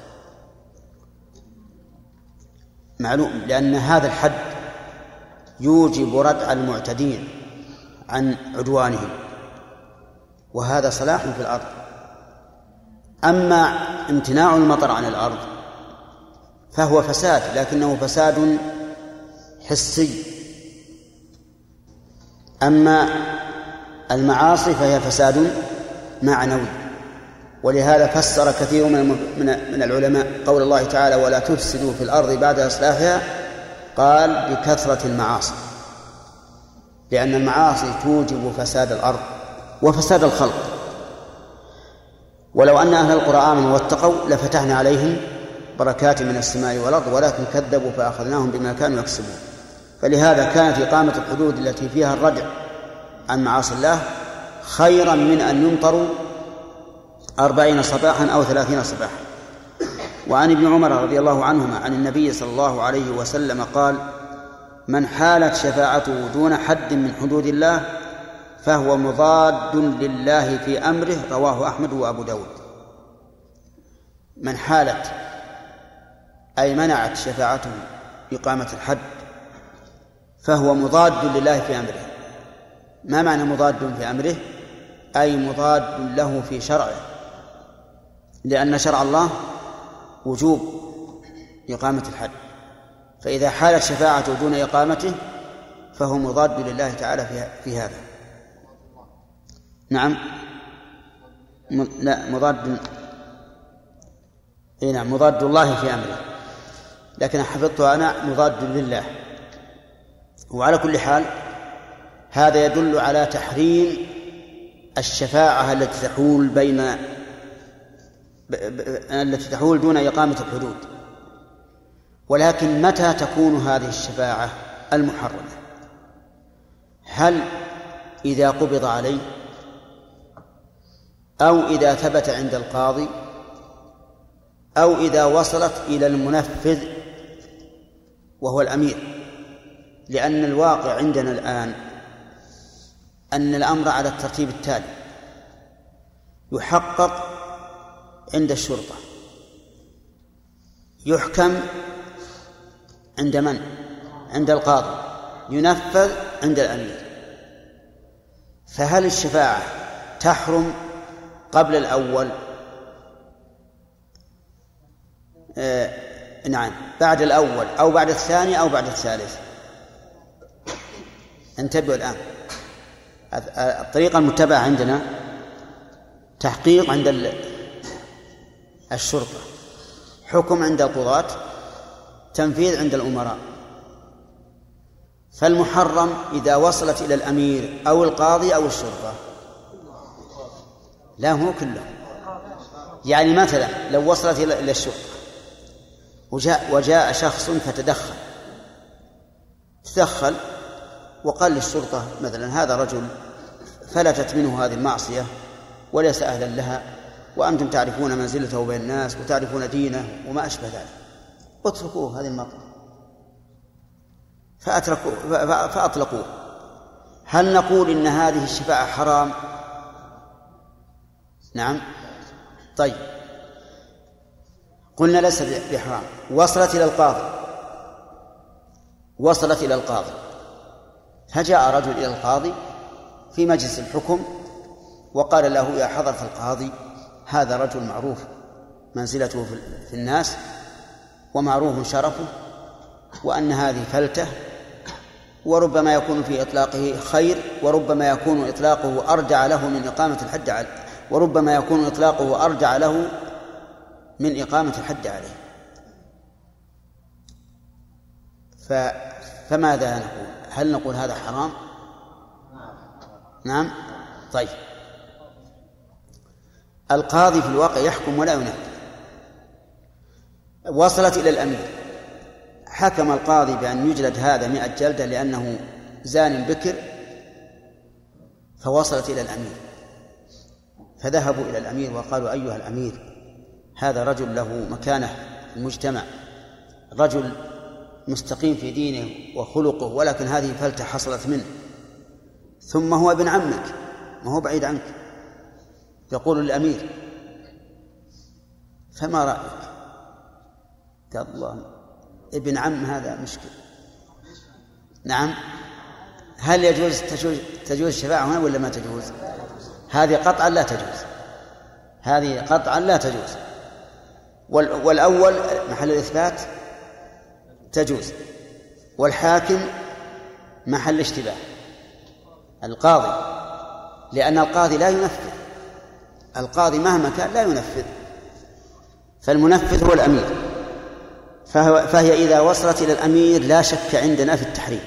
معلوم، لأن هذا الحد يوجب ردع المعتدين عن عدوانهم، وهذا صلاح في الأرض. أما امتناع المطر عن الأرض فهو فساد، لكنه فساد حسي. أما المعاصي فهي فساد معنوي. ولهذا فسر كثير من العلماء قول الله تعالى: ولا تفسدوا في الأرض بعد إصلاحها، قال: بكثرة المعاصي، لأن المعاصي توجب فساد الأرض وفساد الخلق. ولو أن أهل القرى آمنوا واتقوا لفتحنا عليهم بركات من السماء والأرض، ولكن كذبوا فأخذناهم بما كانوا يكسبون. فلهذا كانت إقامة الحدود التي فيها الردع عن معاصي الله خيرا من أن يمطروا 40 صباحا أو 30 صباحا. وعن ابن عمر رضي الله عنهما عن النبي صلى الله عليه وسلم قال: من حالت شفاعته دون حد من حدود الله فهو مضاد لله في أمره. رواه أحمد وأبو داود. من حالت أي منعت شفاعته إقامة الحد فهو مضاد لله في أمره. ما معنى مضاد في أمره؟ أي مضاد له في شرعه، لأن شرع الله وجوب إقامة الحد، فإذا حالت شفاعته دون إقامته فهو مضاد لله تعالى في هذا. نعم، لا مضاد، نعم مضاد الله في أمره، لكن حفظته أنا مضاد لله. وعلى كل حال هذا يدل على تحريم الشفاعة التي تحول دون إقامة الحدود. ولكن متى تكون هذه الشفاعة المحرمة؟ هل إذا قبض عليه، أو إذا ثبت عند القاضي، أو إذا وصلت إلى المنفذ وهو الأمير؟ لأن الواقع عندنا الآن أن الأمر على الترتيب التالي: يحقق عند الشرطة، يحكم عند من؟ عند القاضي، ينفذ عند الأمير. فهل الشفاعة تحرم قبل الأول؟ نعم، بعد الأول أو بعد الثاني أو بعد الثالث. انتبهوا الآن، الطريقة المتبعة عندنا تحقيق عند الشرطة، حكم عند القضاة، تنفيذ عند الأمراء. فالمحرم إذا وصلت إلى الأمير أو القاضي أو الشرطة، لا هو كله. يعني مثلا لو وصلت إلى الشرطة وجاء شخص تدخل وقال للشرطة مثلا: هذا رجل فلتت منه هذه المعصية وليس أهلا لها، وأنتم تعرفون منزلته بين الناس وتعرفون دينه وما أشبه ذلك، اتركوه هذه المرة. فأطلقوه. هل نقول إن هذه الشفاعة حرام نعم. طيب، قلنا ليس بحرام. وصلت إلى القاضي، فجاء رجل إلى القاضي في مجلس الحكم وقال له: يا حضرة القاضي، هذا رجل معروف منزلته في الناس ومعروف شرفه، وأن هذه فلتة، وربما يكون في إطلاقه خير، وربما يكون إطلاقه أرجع له من إقامة الحد عليه، وربما يكون إطلاقه أرجع له من إقامة الحد عليه. فماذا نقول؟ هل نقول هذا حرام؟ نعم. طيب، القاضي في الواقع يحكم ولا ينفذ. وصلت إلى الأمير، حكم القاضي بأن يجلد هذا 100 جلدة لأنه زان بكر، فوصلت إلى الأمير، فذهبوا إلى الأمير وقالوا: أيها الأمير، هذا رجل له مكانة في المجتمع، رجل مستقيم في دينه وخلقه، ولكن هذه فلتة حصلت منه، ثم هو ابن عمك، ما هو بعيد عنك. يقول الأمير: فما رأيك؟ قال: الله، ابن عم هذا مشكل. نعم. هل تجوز الشفاعة هنا ولا ما تجوز؟ هذه قطعا لا تجوز، هذه قطعا لا تجوز. والأول محل الإثبات تجوز، والحاكم محل اشتباه القاضي، لأن القاضي لا ينفذ، القاضي مهما كان لا ينفذ، فالمنفذ هو الأمير. فهي إذا وصلت إلى الأمير لا شك عندنا في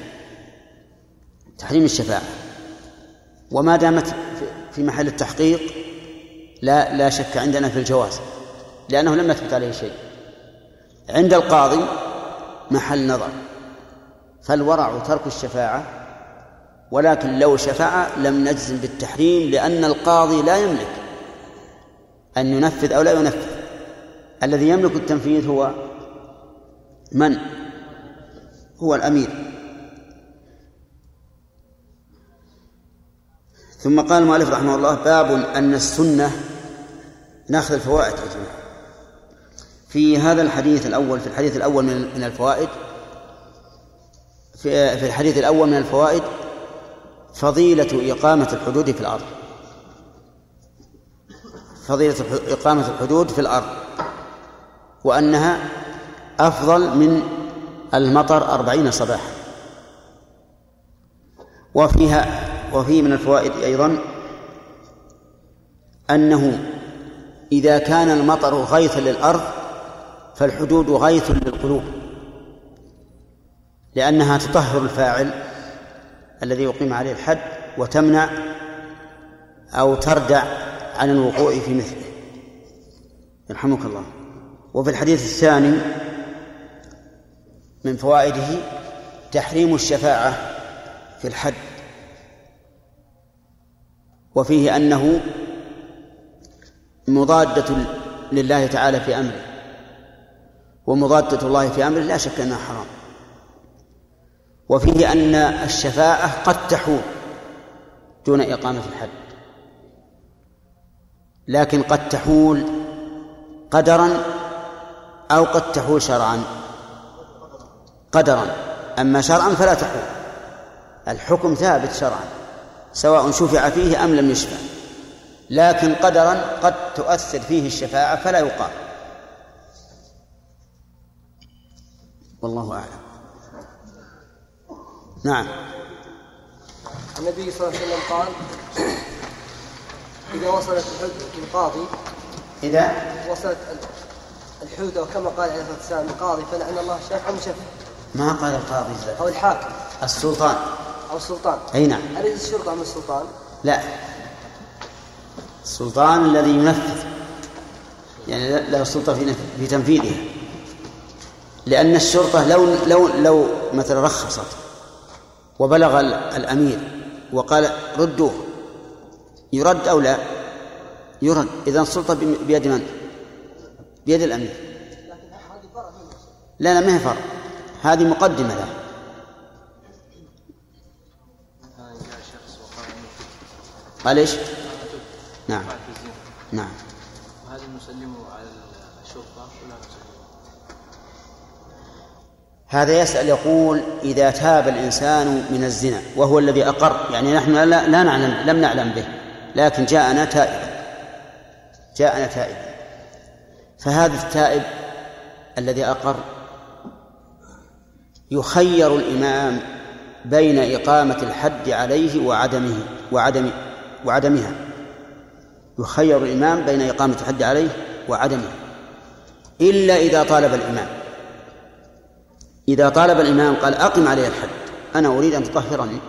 تحريم الشفاعة، وما دامت في محل التحقيق لا شك عندنا في الجواز، لأنه لم يثبت عليه شيء. عند القاضي محل نظر، فالورع ترك الشفاعة، ولكن لو شفع لم نجزم بالتحريم، لأن القاضي لا يملك أن ينفذ أو لا ينفذ. الذي يملك التنفيذ هو من؟ هو الأمير. ثم قال المؤلف رحمه الله: باب أن السنة، نأخذ الفوائد يا جماعة في هذا الحديث الأول. في الحديث الأول من الفوائد، في الحديث الأول من الفوائد فضيلة إقامة الحدود في الأرض، فضيلة إقامة الحدود في الأرض، وأنها أفضل من المطر 40 صباحا. وفيه من الفوائد أيضا أنه إذا كان المطر غيثا للأرض فالحدود غيث للقلوب، لأنها تطهر الفاعل الذي يقيم عليه الحد، وتمنع أو تردع عن الوقوع في مثله. يرحمك الله. وفي الحديث الثاني من فوائده تحريم الشفاعة في الحد، وفيه أنه مضادة لله تعالى في أمره، ومضادة الله في أمره لا شك أنها حرام. وفيه أن الشفاعة قد تحول دون إقامة الحد، لكن قد تحول قدرا أو قد تحول شرعا. قدرا، أما شرعا فلا تحول، الحكم ثابت شرعا سواء شفع فيه أم لم يشفع، لكن قدرا قد تؤثر فيه الشفاعة فلا يقام. والله أعلم. نعم. النبي صلى الله عليه وسلم قال: إذا وصلت الحدود القاضي، إذا وصلت الحدود، وكما قال عليه الصلاة والسلام القاضي فلعن الله شافع مشفع. ما قال القاضي أو الحاكم، السلطان أو السلطان. أي نعم. أليس الشرطة من السلطان؟ لا، السلطان الذي ينفذ، يعني له السلطة في تنفيذها، لأن الشرطة لو مثلا رخصت وبلغ الأمير وقال ردوه، يرد أو لا يرد؟ إذن السلطة بيد من؟ بيد الأمير. لا ما هي فرق، هذه مقدمة له. قال إيش؟ نعم. نعم. وهل نسلم على الشرطة ولا نسلم؟ هذا يسأل يقول إذا تاب الإنسان من الزنا وهو الذي أقر، يعني نحن لا نعلم، لم نعلم به، لكن جاءنا تائبا، فهذا التائب الذي أقر يخير الإمام بين إقامة الحد عليه وعدمها، يخير الإمام بين إقامة الحد عليه وعدمها، إلا إذا طالب الإمام. إذا طالب الإمام قال أقم علي الحد، أنا أريد أن تطهرني،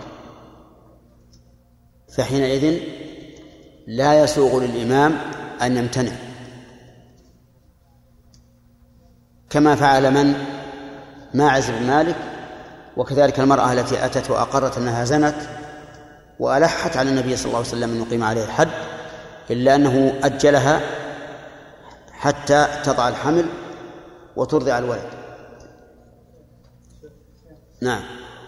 فحينئذ لا يسوغ للإمام أن يمتنع، كما فعل من ماعز بن مالك، وكذلك المرأة التي أتت وأقرت أنها زنت وألحت على النبي صلى الله عليه وسلم أن يقيم عليه الحد، إلا أنه أجلها حتى تضع الحمل وترضع الولد. نعم.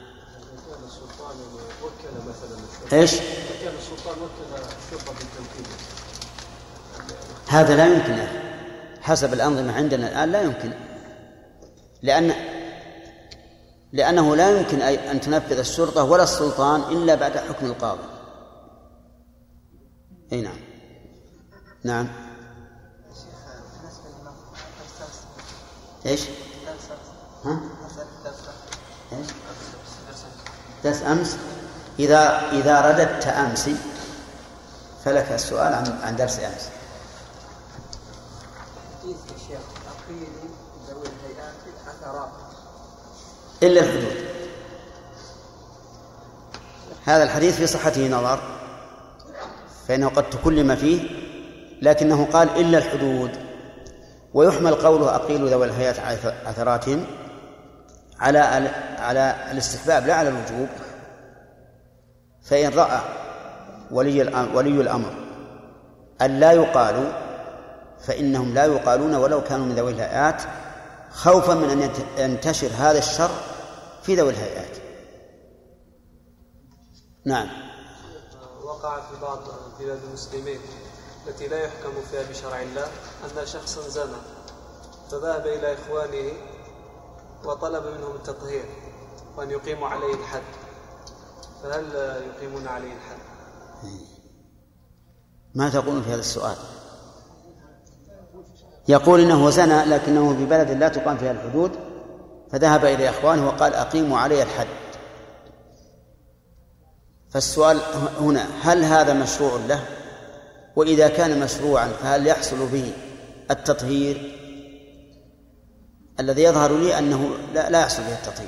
ايش؟ كان السلطان وكل الشرطة بالتنفيذ، هذا لا يمكن حسب الأنظمة عندنا الآن، لا يمكن، لأنه لا يمكن أن تنفذ الشرطة ولا السلطان إلا بعد حكم القاضي. أي نعم. نعم. ايش؟ ها؟ ايش؟ درس أمس. إذا رددت أمس فلك السؤال عن درس أمس. حديث الشيخ أقيل ذوي الهيئات الأثرات إلا الحدود، هذا الحديث في صحته نظر، فإنه قد تكلم فيه، لكنه قال إلا الحدود، ويحمل قوله أقيل ذوي الهيئات أثراتهم على الاستحباب لا على الوجوب. فإن رأى ولي الأمر أن لا يقالوا فإنهم لا يقالون ولو كانوا من ذوي الهيئات، خوفا من أن ينتشر هذا الشر في ذوي الهيئات. نعم. وقع في بعض بلاد المسلمين التي لا يحكم فيها بشرع الله أن شخصا زنى فذهب إلى إخوانه وطلب منهم التطهير وأن يقيموا عليه الحد، فهل يقيمون عليه الحد؟ ما تقول في هذا السؤال؟ يقول إنه زنى لكنه في بلد لا تقام فيها الحدود، فذهب إلى إخوانه وقال أقيموا علي الحد. فالسؤال هنا هل هذا مشروع له؟ وإذا كان مشروعا فهل يحصل به التطهير؟ الذي يظهر لي أنه لا يحصل به التطهير،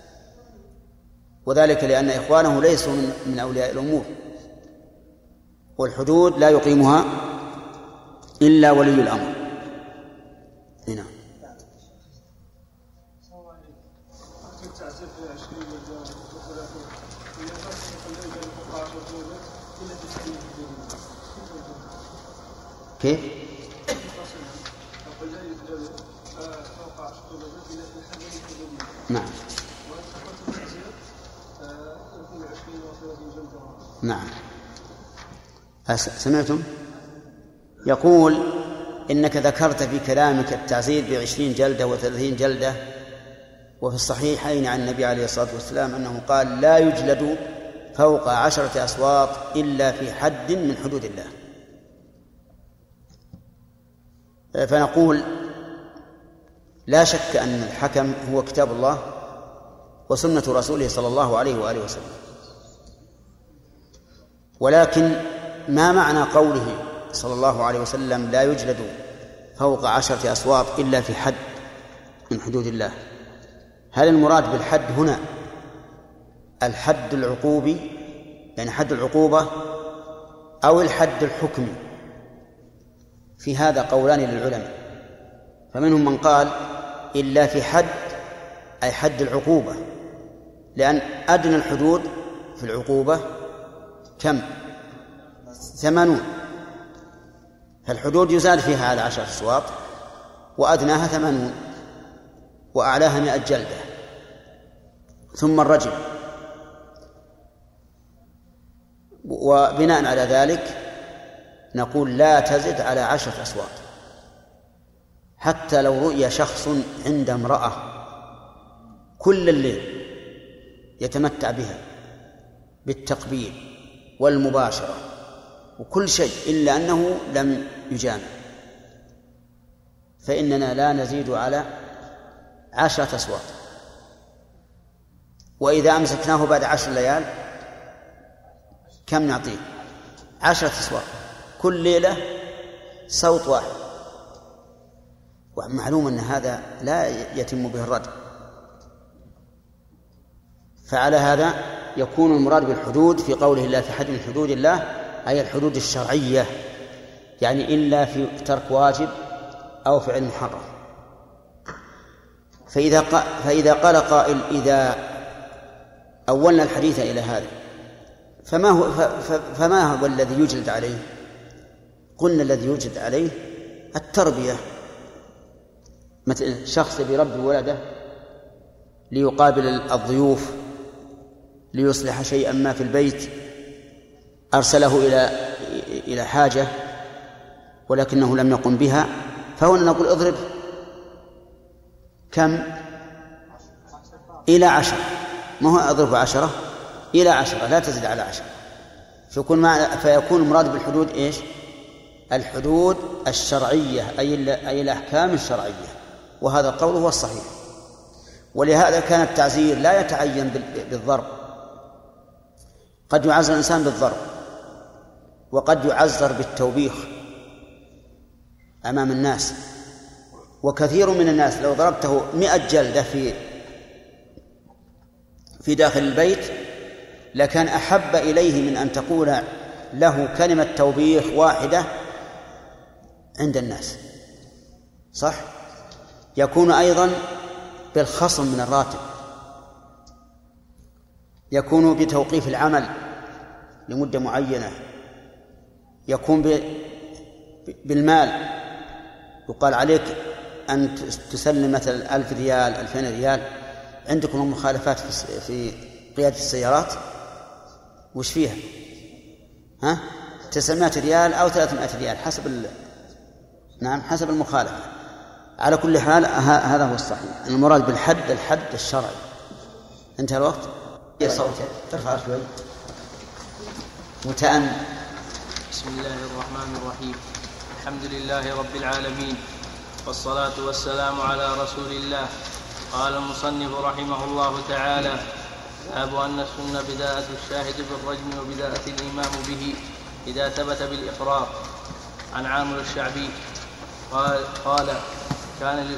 وذلك لأن إخوانه ليسوا من أولياء الأمور، والحدود لا يقيمها إلا ولي الأمر. هنا كيف؟ نعم. نعم. سمعتم؟ يقول إنك ذكرت في كلامك التعزير ب20 جلدة و30 جلدة، وفي الصحيحين عن النبي عليه الصلاة والسلام أنه قال لا يجلد فوق 10 أصوات إلا في حد من حدود الله. فنقول لا شك أن الحكم هو كتاب الله وسنة رسوله صلى الله عليه وآله وسلم، ولكن ما معنى قوله صلى الله عليه وسلم لا يجلد فوق 10 أصوات إلا في حد من حدود الله؟ هل المراد بالحد هنا الحد العقوبي يعني حد العقوبة أو الحد الحكمي؟ في هذا قولان للعلماء، فمنهم من قال إلا في حد أي حد العقوبة، لأن أدنى الحدود في العقوبة كم؟ 80، فالحدود يزاد فيها على 10 أصوات، وأدناها 80 وأعلاها 100 جلدة، ثم الرجم. وبناء على ذلك نقول لا تزد على 10 أصوات، حتى لو رؤي شخص عند امرأة كل الليل يتمتع بها بالتقبيل والمباشرة وكل شيء إلا أنه لم يجامع، فإننا لا نزيد على 10 أصوات. وإذا أمسكناه بعد 10 ليال كم نعطيه؟ 10 أصوات، كل ليلة صوت واحد. ومعلوم أن هذا لا يتم به الرد. فعلى هذا يكون المراد بالحدود في قوله لا تحد من حدود الله أي الحدود الشرعية، يعني إلا في ترك واجب أو فعل محرم. فإذا قال قائل إذا أولنا الحديث إلى هذا فما هو الذي يجلد عليه؟ قلنا الذي يجلد عليه التربية. مثل شخص برب ولده ليقابل الضيوف ليصلح شيئا ما في البيت، أرسله إلى حاجة ولكنه لم يقم بها، فهنا نقول اضرب كم؟ إلى 10. ما هو أضرب 10 إلى 10 لا تزيد على 10. فيكون المراد بالحدود إيش؟ الحدود الشرعية أي الأحكام الشرعية، وهذا القول هو الصحيح. ولهذا كان التعزير لا يتعين بالضرب، قد يعزر الإنسان بالضرب وقد يعزر بالتوبيخ أمام الناس. وكثير من الناس لو ضربته 100 جلدة في داخل البيت لكان أحب إليه من أن تقول له كلمة توبيخ واحدة عند الناس. صح؟ يكون أيضا بالخصم من الراتب، يكون بتوقيف العمل لمدة معينة، يكون بالمال، يقال عليك أن تسلم مثلا 1000 ريال 2000 ريال. عندكم مخالفات في قيادة السيارات وش فيها؟ 900 ريال أو 300 ريال حسب المخالفة. على كل حال هذا هو الصحيح. المراد بالحد الحد الشرعي. انتهى الوقت. صوتك ترفع شوي متأمل. بسم الله الرحمن الرحيم. الحمد لله رب العالمين، والصلاة والسلام على رسول الله. قال المصنف رحمه الله تعالى: باب أن السنة بداءة الشاهد بالرجم وبداءة الإمام به إذا ثبت بالإقرار. عن عامر الشعبي قال كان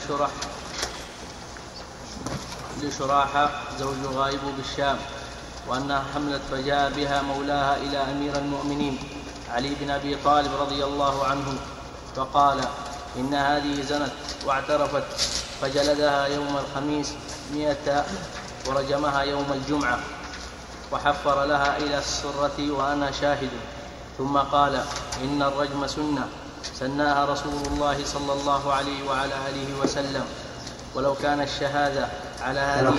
لشراح زوج غائب بالشام، وأنها حملت فجاء بها مولاها إلى أمير المؤمنين علي بن أبي طالب رضي الله عنه، فقال إن هذه زنت واعترفت، فجلدها يوم الخميس 100 ورجمها يوم الجمعة، وحفر لها إلى السرة وأنا شاهد. ثم قال إن الرجم سنة سناها رسول الله صلى الله عليه وعلى آله وسلم، ولو كان الشهادة على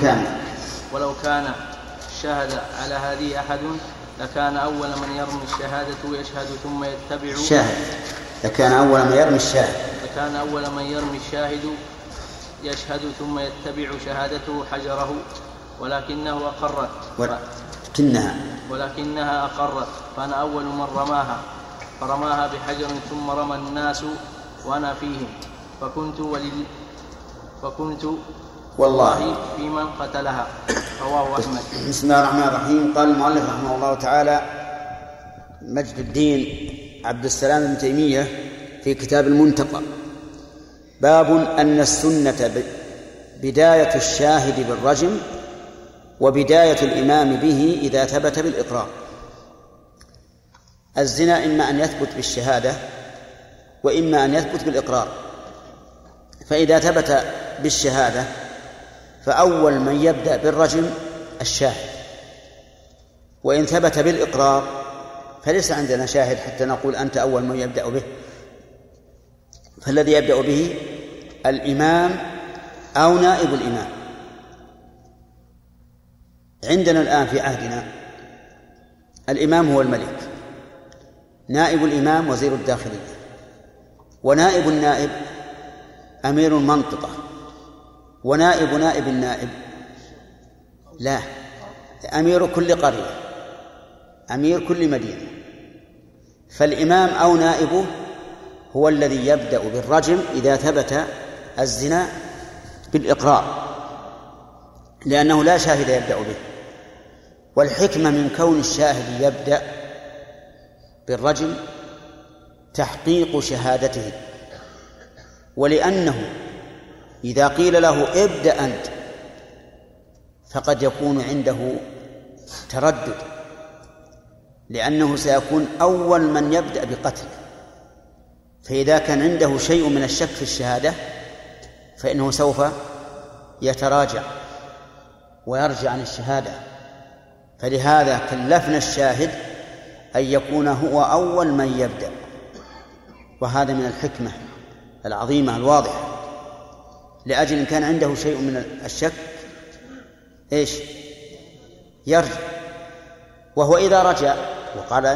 هذه أحد لكان أول من يرمي الشهادة يشهد ثم يتبع الشاهد. لكان أول من يرمي الشاهد يشهد ثم يتبع شهادته حجره، ولكنها أقرت، فأنا أول من فرماها بحجر، ثم رمى الناس وأنا فيهم، فكنت والله في من قتلها. رواه أحمد. بسم الله الرحمن الرحيم. قال المؤلف رحمه الله تعالى مجد الدين عبد السلام بن تيمية في كتاب المنتقى: باب أن السنة بداية الشاهد بالرجم وبداية الإمام به إذا ثبت بالإقرار. الزنا إما أن يثبت بالشهادة وإما أن يثبت بالإقرار. فإذا ثبت بالشهادة فأول من يبدأ بالرجم الشاهد، وإن ثبت بالإقرار فليس عندنا شاهد حتى نقول أنت أول من يبدأ به، فالذي يبدأ به الإمام أو نائب الإمام. عندنا الآن في عهدنا الإمام هو الملك، نائب الإمام وزير الداخلية، ونائب النائب أمير المنطقة، ونائب نائب النائب لا، أمير كل قرية، أمير كل مدينة. فالإمام أو نائبه هو الذي يبدأ بالرجم إذا ثبت الزنا بالإقرار، لأنه لا شاهد يبدأ به. والحكمة من كون الشاهد يبدأ بالرجم تحقيق شهادته، ولأنه إذا قيل له ابدأ أنت فقد يكون عنده تردد، لأنه سيكون أول من يبدأ بقتله، فإذا كان عنده شيء من الشك في الشهادة فإنه سوف يتراجع ويرجع عن الشهادة. فلهذا كلفنا الشاهد أن يكون هو أول من يبدأ، وهذا من الحكمة العظيمة الواضحة، لأجل إن كان عنده شيء من الشك إيش يرجع. وهو إذا رجع وقال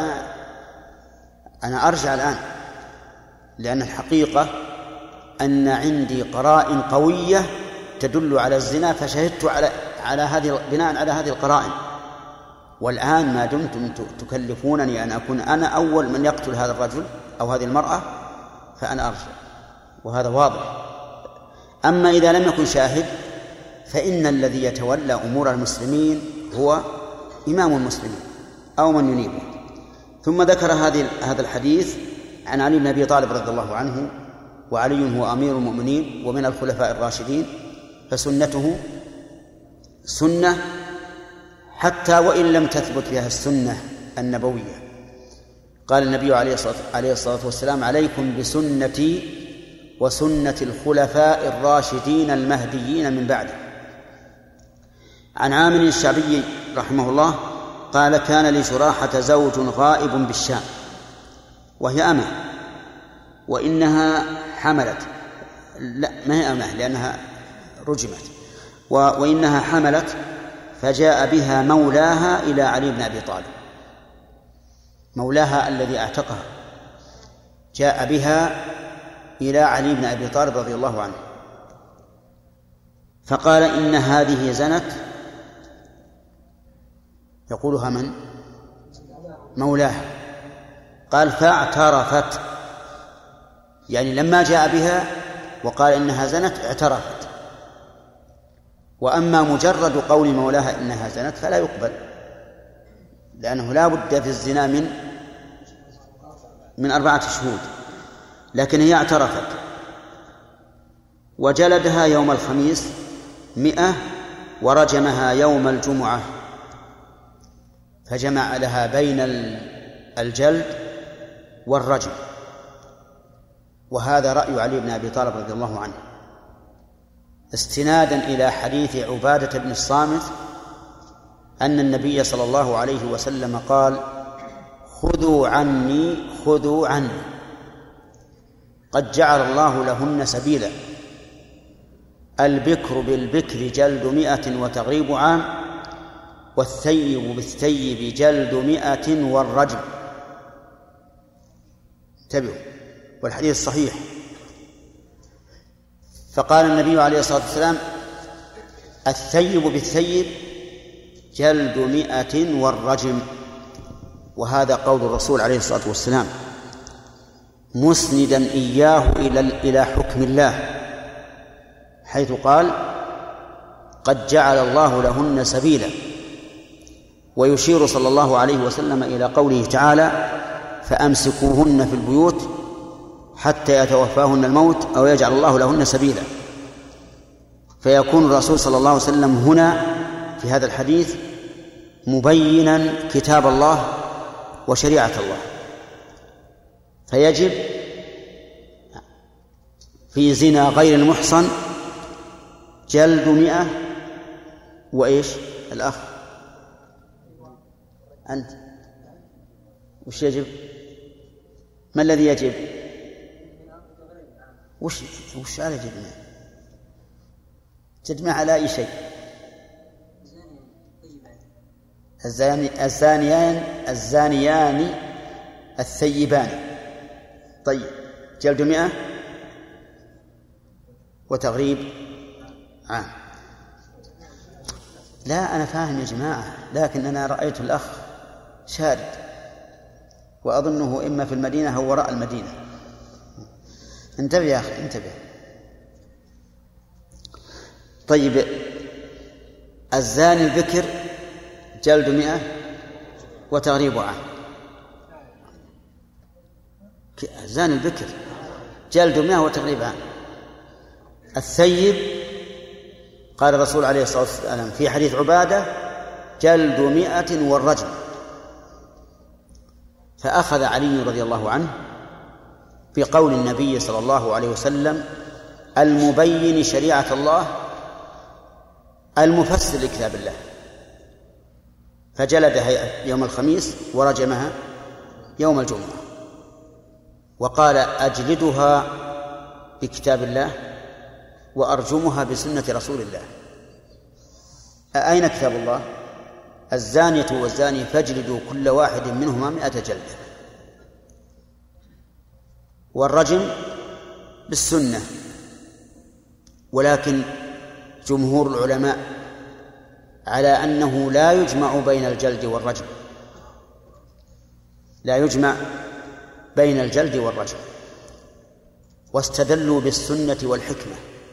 أنا أرجع الآن، لأن الحقيقة أن عندي قرائن قوية تدل على الزنا فشهدت على هذه بناء على هذه القرائن، والآن ما دمتم تكلفونني أن أكون أنا أول من يقتل هذا الرجل أو هذه المرأة فأنا أرجع، وهذا واضح. أما إذا لم يكن شاهد فإن الذي يتولى أمور المسلمين هو إمام المسلمين أو من ينيبه. ثم ذكر هذا الحديث عن علي بن أبي طالب رضي الله عنه، وعلي هو أمير المؤمنين ومن الخلفاء الراشدين، فسنته سنة حتى وإن لم تثبت بها السنة النبوية. قال النبي عليه الصلاة والسلام: عليكم بسنتي وسنة الخلفاء الراشدين المهديين من بعدي. عن عامر الشعبي رحمه الله قال: كان لشراحة زوج غائب بالشام وهي أمة، وإنها حملت، لا ما هي أمة لأنها رجمت، وإنها حملت، فجاء بها مولاها إلى علي بن أبي طالب، مولاها الذي اعتقها جاء بها إلى علي بن أبي طالب رضي الله عنه، فقال: إن هذه زنت. يقولها من؟ مولاها. قال: فاعترفت، يعني لما جاء بها وقال إنها زنت اعترفت. وأما مجرد قول مولاها إنها زنت فلا يقبل، لأنه لا بد في الزنا من 4 شهود، لكن هي اعترفت. وجلدها يوم الخميس 100، ورجمها يوم الجمعة، فجمع لها بين الجلد والرجم. وهذا رأي علي بن أبي طالب رضي الله عنه، استنادا إلى حديث عبادة بن الصامت أن النبي صلى الله عليه وسلم قال: خذوا عني قد جعل الله لهن سبيلا، البكر بالبكر جلد 100 وتغريب عام، والثيب بالثيب جلد 100 والرجم. انتبهوا، والحديث صحيح. فقال النبي عليه الصلاة والسلام: الثيب بالثيب جلد 100 والرجم. وهذا قول الرسول عليه الصلاة والسلام مسندا إياه إلى حكم الله، حيث قال: قد جعل الله لهن سبيلا. ويشير صلى الله عليه وسلم إلى قوله تعالى: فأمسكوهن في البيوت حتى يتوفاهن الموت أو يجعل الله لهن سبيلا. فيكون الرسول صلى الله عليه وسلم هنا في هذا الحديث مبينا كتاب الله وشريعة الله، فيجب في زنا غير المحصن جلد 100. وإيش الأخ أنت وش يجب؟ ما الذي يجب؟ وش على جبنا؟ تجمع على أي شيء؟ الزانيان الثيبان. طيب جلد 100 وتغريب عام. لا أنا فاهم يا جماعة، لكن أنا رأيت الأخ شارد وأظنه إما في المدينة أو وراء المدينة. انتبه يا أخي انتبه. طيب الزاني البكر جلد 100 وتغريب عام. الزاني البكر جلد 100 وتغريب عام. الثيب قال الرسول عليه الصلاة والسلام في حديث عبادة جلد 100 والرجم. فأخذ علي رضي الله عنه بقول النبي صلى الله عليه وسلم المبين شريعة الله المفسر لكتاب الله، فجلدها يوم الخميس ورجمها يوم الجمعة، وقال أجلدها بكتاب الله وأرجمها بسنة رسول الله. أين كتاب الله؟ الزانية والزاني فاجلدوا كل واحد منهما 100 جلدة. والرجم بالسنة، ولكن جمهور العلماء على أنه لا يجمع بين الجلد والرجم، لا يجمع بين الجلد والرجم، واستدلوا بالسنة والحكمة.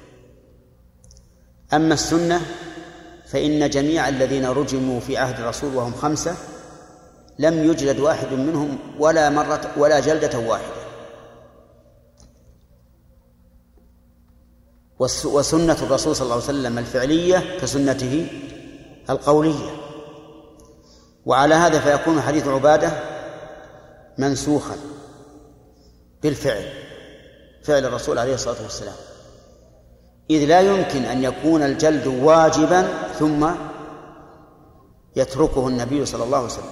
أما السنة فإن جميع الذين رجموا في عهد الرسول وهم 5 لم يجلد واحد منهم ولا مرة ولا جلدة واحدة. وسنة الرسول صلى الله عليه وسلم الفعلية كسنته القولية. وعلى هذا فيكون حديث عبادة منسوخا بالفعل، فعل الرسول عليه الصلاة والسلام، إذ لا يمكن أن يكون الجلد واجبا ثم يتركه النبي صلى الله عليه وسلم.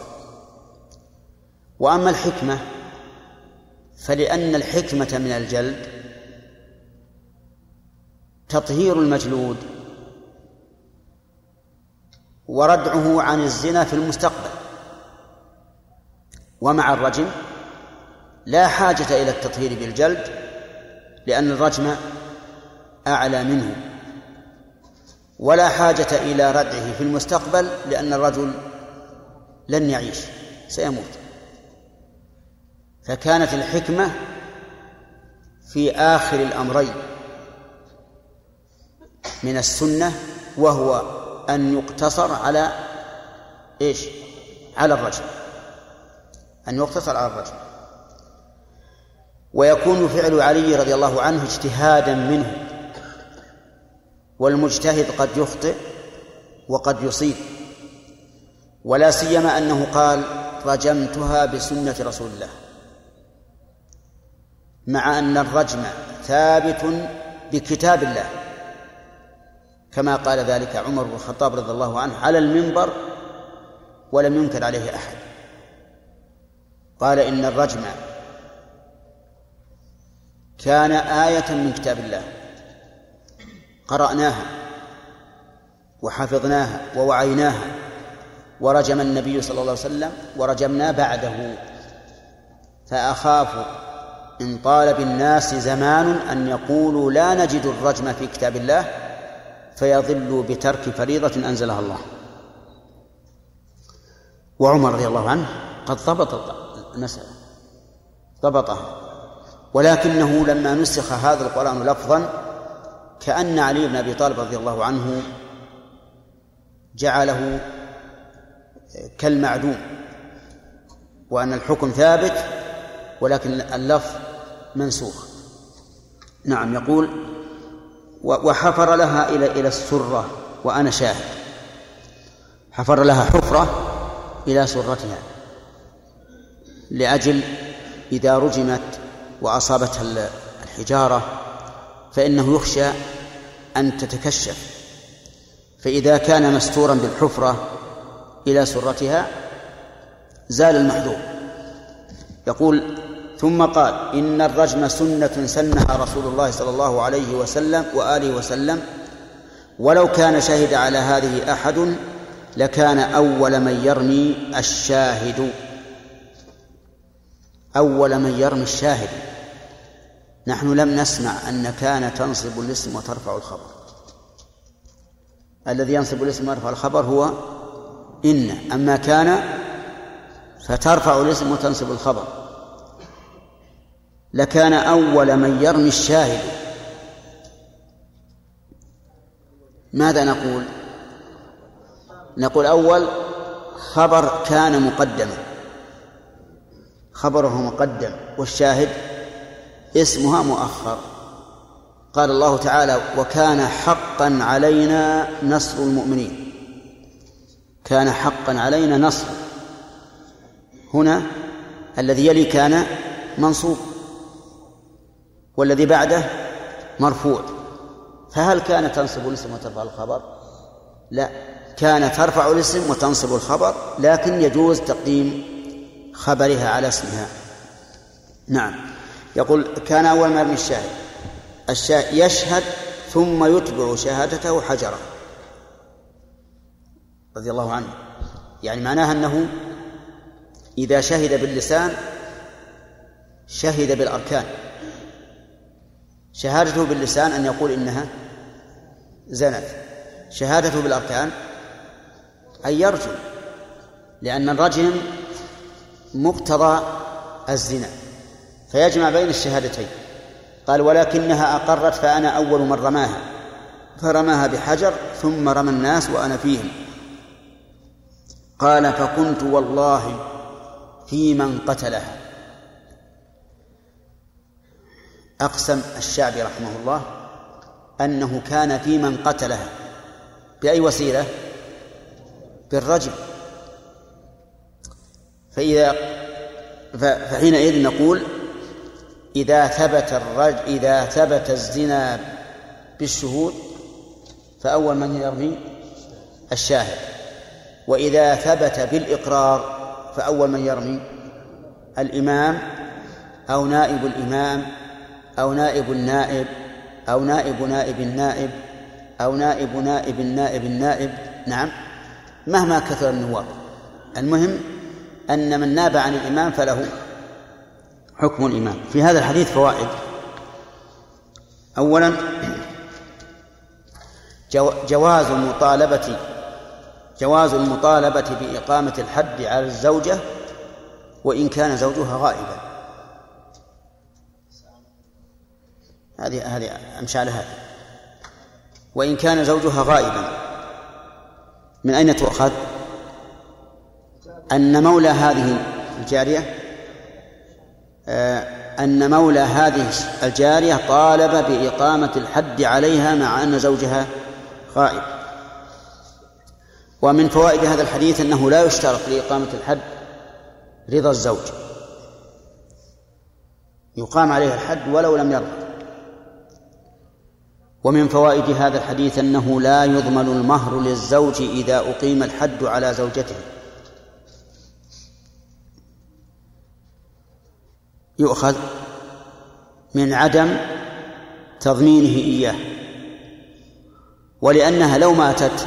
وأما الحكمة فلأن الحكمة من الجلد تطهير المجلود وردعه عن الزنا في المستقبل. ومع الرجم لا حاجة إلى التطهير بالجلد لأن الرجم أعلى منه، ولا حاجة إلى ردعه في المستقبل لأن الرجل لن يعيش سيموت. فكانت الحكمة في آخر الأمرين من السنة، وهو أن يقتصر على إيش؟ على الرجل، أن يقتصر على الرجل. ويكون فعل علي رضي الله عنه اجتهادا منه، والمجتهد قد يخطئ وقد يصيب، ولا سيما أنه قال رجمتها بسنة رسول الله، مع أن الرجم ثابت بكتاب الله كما قال ذلك عمر بن الخطاب رضي الله عنه على المنبر ولم ينكر عليه أحد. قال إن الرجم كان آية من كتاب الله قرأناها وحفظناها ووعيناها، ورجم النبي صلى الله عليه وسلم ورجمنا بعده، فأخاف إن طال بالناس زمان أن يقولوا لا نجد الرجم في كتاب الله فيضلوا بترك فريضة أنزلها الله. وعمر رضي الله عنه قد ضبط المسألة، ضبطها، ولكنه لما نسخ هذا القرآن لفظا كأن علي بن أبي طالب رضي الله عنه جعله كالمعدوم، وأن الحكم ثابت ولكن اللفظ منسوخ. نعم. يقول وحفر لها إلى السرة وأنا شاهد، حفر لها حفرة إلى سرتها لأجل إذا رجمت وأصابتها الحجارة فإنه يخشى أن تتكشف، فإذا كان مستورا بالحفرة إلى سرتها زال المحذور. يقول ثم قال إن الرجم سنة سنها رسول الله صلى الله عليه وسلم وآله وسلم، ولو كان شهد على هذه أحد لكان أول من يرمي الشاهد. أول من يرمي الشاهد. نحن لم نسمع أن كان تنصب الاسم وترفع الخبر. الذي ينصب الاسم ويرفع الخبر هو إن، أما كان فترفع الاسم وتنصب الخبر. لكان أول من يرمي الشاهد. ماذا نقول؟ نقول أول خبر كان مقدما، خبره مقدم، والشاهد اسمها مؤخر. قال الله تعالى: وكان حقا علينا نصر المؤمنين. كان حقا علينا نصر. هنا الذي يلي كان منصوب والذي بعده مرفوع، فهل كان تنصب الاسم وترفع الخبر؟ لا، كان ترفع الاسم وتنصب الخبر، لكن يجوز تقديم خبرها على اسمها. نعم. يقول: كان أول ما يرمي الشاهد يشهد ثم يتبع شهادته حجرا رضي الله عنه. يعني معناها أنه إذا شهد باللسان شهد بالأركان. شهادته باللسان أن يقول إنها زنت، شهادته بالأركان أن يرجم، لأن الرجم مقتضى الزنا، فيجمع بين الشهادتين. قال: ولكنها أقرت فأنا أول من رماها، فرماها بحجر ثم رمى الناس وأنا فيهم. قال: فكنت والله في من قتلها. أقسم الشعبي رحمه الله أنه كان في من قتلها بأي وسيلة؟ بالرجم. فحينئذ نقول: إذا ثبت الزنا بالشهود فأول من يرمي الشاهد، وإذا ثبت بالإقرار فأول من يرمي الإمام أو نائب الإمام أو نائب النائب أو نائب نائب النائب أو نائب نائب النائب النائب. نعم، مهما كثر النواب، المهم أن من ناب عن الإمام فله حكم الإمام. في هذا الحديث فوائد. أولا: جواز المطالبة بإقامة الحد على الزوجة وإن كان زوجها غائبا. هذه أمشي على هذا. وإن كان زوجها غائبا. من أين تؤخذ؟ أن مولى هذه الجارية طالب بإقامة الحد عليها مع أن زوجها غائب. ومن فوائد هذا الحديث أنه لا يشترط لإقامة الحد رضا الزوج، يقام عليها الحد ولو لم يرضى. ومن فوائد هذا الحديث أنه لا يضمن المهر للزوج إذا أقيم الحد على زوجته. يؤخذ من عدم تضمينه إياه، ولأنها لو ماتت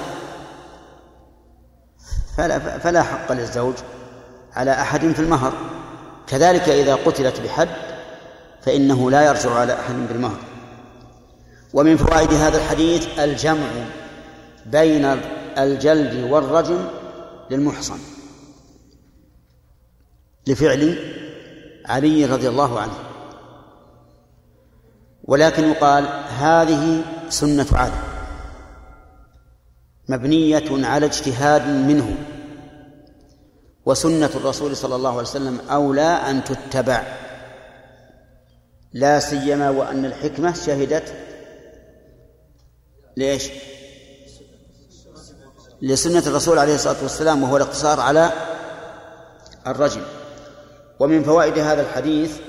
فلا حق للزوج على أحد في المهر. كذلك إذا قتلت بحد فإنه لا يرجع على أحد بالمهر. ومن فوائد هذا الحديث الجمع بين الجلد والرجم للمحصن لفعل علي رضي الله عنه. ولكن يقال هذه سنة عادة مبنية على اجتهاد منه، وسنة الرسول صلى الله عليه وسلم أولى أن تتبع، لا سيما وأن الحكمة شهدت ليش؟ لسنة الرسول عليه الصلاة والسلام، وهو الاقتصار على الرجم. ومن فوائد هذا الحديث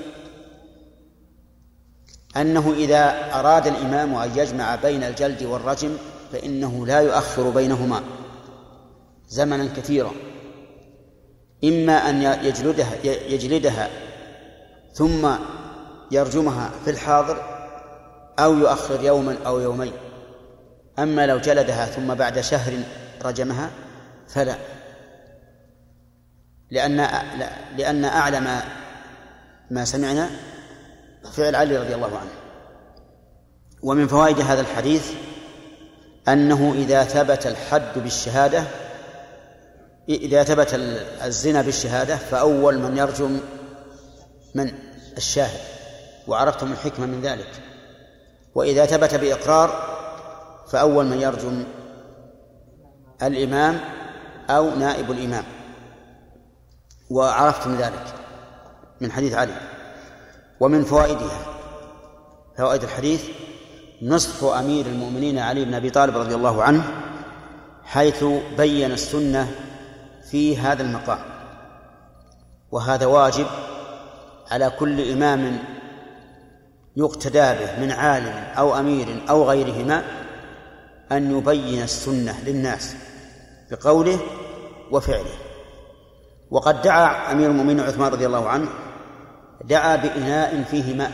أنه إذا أراد الإمام أن يجمع بين الجلد والرجم فإنه لا يؤخر بينهما زمنا كثيرا، إما أن يجلدها ثم يرجمها في الحاضر أو يؤخر يوما أو يومين. أما لو جلدها ثم بعد شهر رجمها فلا، لأن أعلى ما سمعنا فعل علي رضي الله عنه. ومن فوائد هذا الحديث أنه إذا ثبت الحد بالشهادة، إذا ثبت الزنا بالشهادة فأول من يرجم من الشاهد، وعرفتم الحكمة من ذلك. وإذا ثبت بإقرار فأول من يرجم الإمام أو نائب الإمام، وعرفتم ذلك من حديث علي. ومن فوائدها، فوائد الحديث، نصح أمير المؤمنين علي بن أبي طالب رضي الله عنه حيث بين السنة في هذا المقام، وهذا واجب على كل إمام يقتدى به من عالم أو أمير أو غيرهما أن يبين السنة للناس بقوله وفعله. وقد دعا أمير المؤمنين عثمان رضي الله عنه، دعا بإناء فيه ماء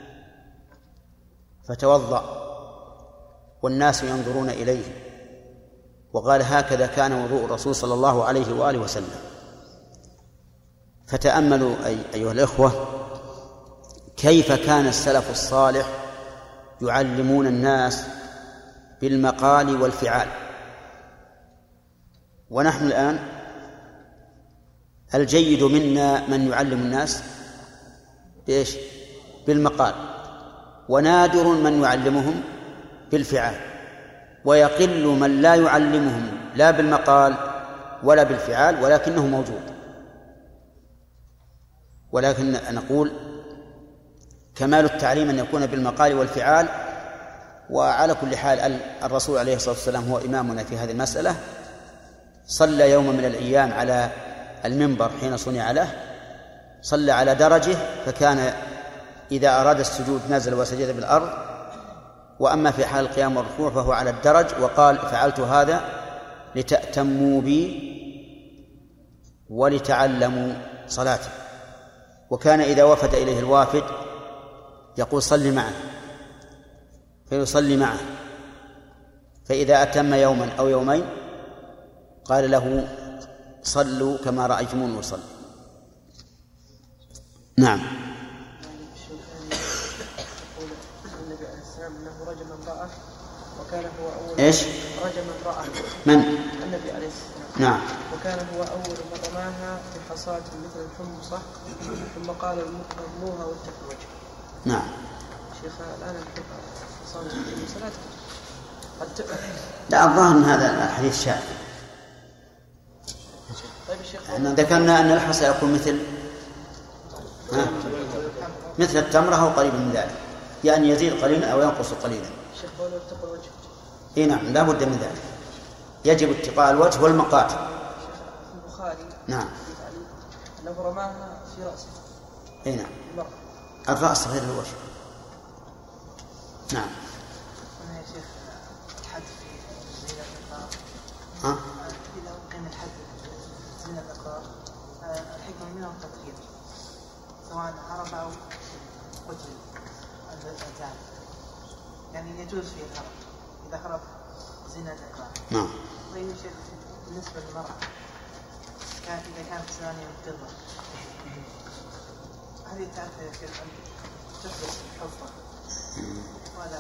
فتوضأ والناس ينظرون إليه، وقال هكذا كان وضوء الرسول صلى الله عليه وآله وسلم. فتأملوا أيها الإخوة كيف كان السلف الصالح يعلمون الناس بالمقال والفعال. ونحن الآن الجيد منا من يعلم الناس بإيش؟ بالمقال، ونادر من يعلمهم بالفعال، ويقل من لا يعلمهم لا بالمقال ولا بالفعال ولكنه موجود. ولكن نقول كمال التعليم أن يكون بالمقال والفعال. وعلى كل حال الرسول عليه الصلاة والسلام هو إمامنا في هذه المسألة. صلى يوم من الأيام على المنبر حين صنع له، صلى على درجه، فكان إذا أراد السجود نزل وسجد بالأرض، وأما في حال القيام والركوع فهو على الدرج. وقال فعلت هذا لتأتموا بي ولتعلموا صلاتي. وكان إذا وفد إليه الوافد يقول صل معه، فيصلي معه، فإذا أتم يوما أو يومين قال له صلوا كما رأيتموني أصلي. نعم. النبي عليه السلام أنه رجم امرأة وكان هو أول إيش؟ رجم امرأة. من؟ النبي عليه السلام. نعم. وكان هو أول من رماها بحصاة مثل الحمصة، ثم قال ارموها واتقوا الوجه. نعم. شيخ الآن حصاة الحمصة لا، الظاهر أن هذا الحديث شاذ. طيب الشيخ، ذكرنا أن الحصى يكون مثل التمرة أو قريب من ذلك، يعني يزيد قليلا أو ينقص قليلا. الشيخ قوله اتقوا الوجه. إيه نعم، لا بد من ذلك، يجب اتقاء الوجه والمقاتل. البخاري نعم أنه رماها في رأسه. إيه نعم، الرأس غير الوجه. نعم. يا شيخ الحد في زنا الإقرار، إذا أقيم الحد في زنا الإقرار الحكمة منه التطهير، سواء هرب أو قتل الزاني، يعني يجوز فيه الهرب إذا هرب زنا الإقرار. نعم. طيب يا شيخ بالنسبة للمرأة إذا كانت زانية مقرة، هل يتأثر يا شيخ أن تحبس الحفرة ولا؟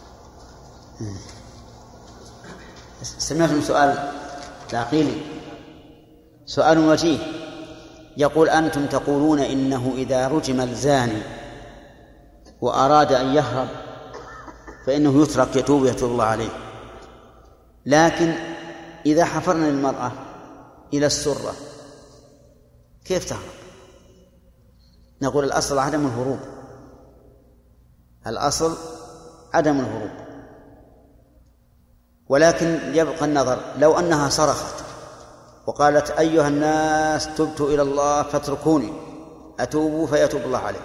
سمعتم سؤال العقيلي، سؤال وجيه، يقول أنتم تقولون إنه إذا رجم الزاني وأراد أن يهرب فإنه يترك يتوب الله عليه، لكن إذا حفرنا المرأة إلى السرة كيف تهرب؟ نقول الأصل عدم الهروب، الأصل عدم الهروب، ولكن يبقى النظر. لو أنها صرخت وقالت أيها الناس تبت إلى الله فاتركوني أتوب فيتوب الله عليه،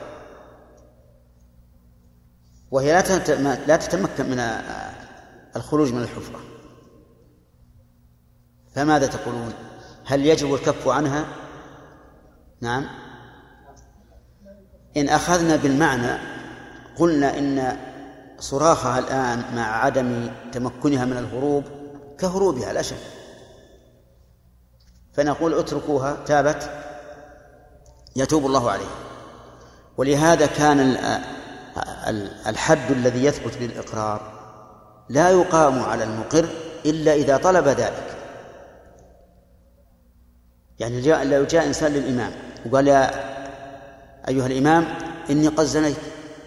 وهي لا تتمكن من الخروج من الحفرة، فماذا تقولون؟ هل يجب الكف عنها؟ نعم. إن أخذنا بالمعنى قلنا إن صراخها الآن مع عدم تمكنها من الهروب كهروبها لا شك، فنقول اتركوها تابت يتوب الله عليه. ولهذا كان الحد الذي يثبت بالإقرار لا يقام على المقر إلا إذا طلب ذلك. يعني لو جاء إنسان للإمام وقال: يا أيها الإمام إني قد زنيت،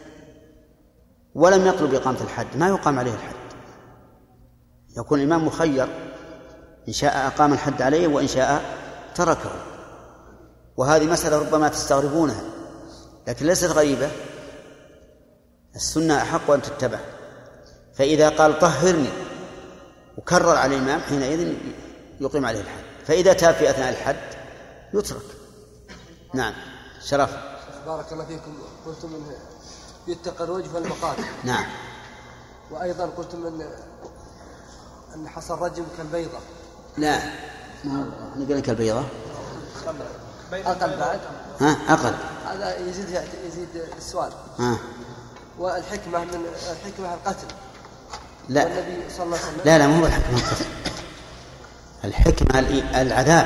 ولم يطلب إقامة الحد، ما يقام عليه الحد. يكون الإمام مخير، إن شاء أقام الحد عليه وإن شاء تركه. وهذه مسألة ربما تستغربونها، لكن ليست غريبة، السنة أحق أن تتبع. فإذا قال: طهرني، وكرر على الإمام، حينئذ يقيم عليه الحد. فإذا تاب في أثناء الحد يترك. نعم. شرف. بارك الله فيكم. قلتم من يتقى الوجه والمقاتل. نعم. وأيضا قلتم أن حصى الرجم كالبيضة. لا، نقول كالبيضة أقل بعد. أقل. هذا يزيد السؤال. والحكمة من الحكمة القتل. لا. والنبي صلى الله عليه وسلم. لا مو الحكمة القتل، الحكمة العذاب،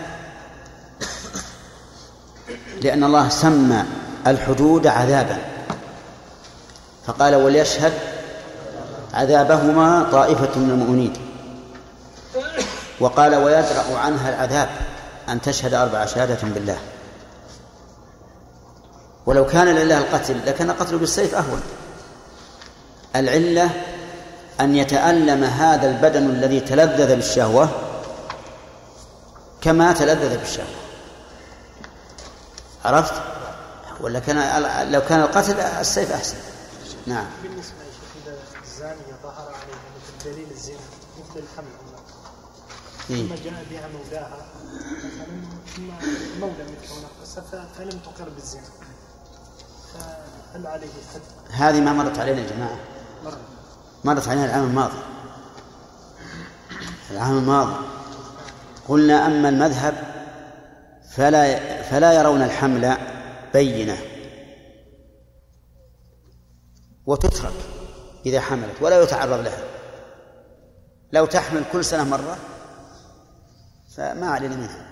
لأن الله سمى الحدود عذابا، فقال: وليشهد عذابهما طائفة من المؤمنين. وقال: ويدرأ عنها العذاب أن تشهد 4 شهادة بالله. ولو كان لله القتل لكان قتله بالسيف أهون. العلة أن يتألم هذا البدن الذي تلذذ بالشهوة كما تلذذ بالشهوة. عرفت؟ ولا لو كان القتل السيف أحسن. نعم. بالنسبة لشيخ إذا الزانية ظهر عليها مثل دليل الزنا مثل الحمل، ثم جاء بها مولاها مثلا، ثم مولى مثل فلم تقر بالزنا، فهل عليه حد؟ هذه ما مرت علينا يا جماعة، مرت علينا العام الماضي. قلنا: أما المذهب فلا يرون الحمل بينة، وتترك إذا حملت ولا يتعرض لها. لو تحمل كل سنة مرة فما علينا منها.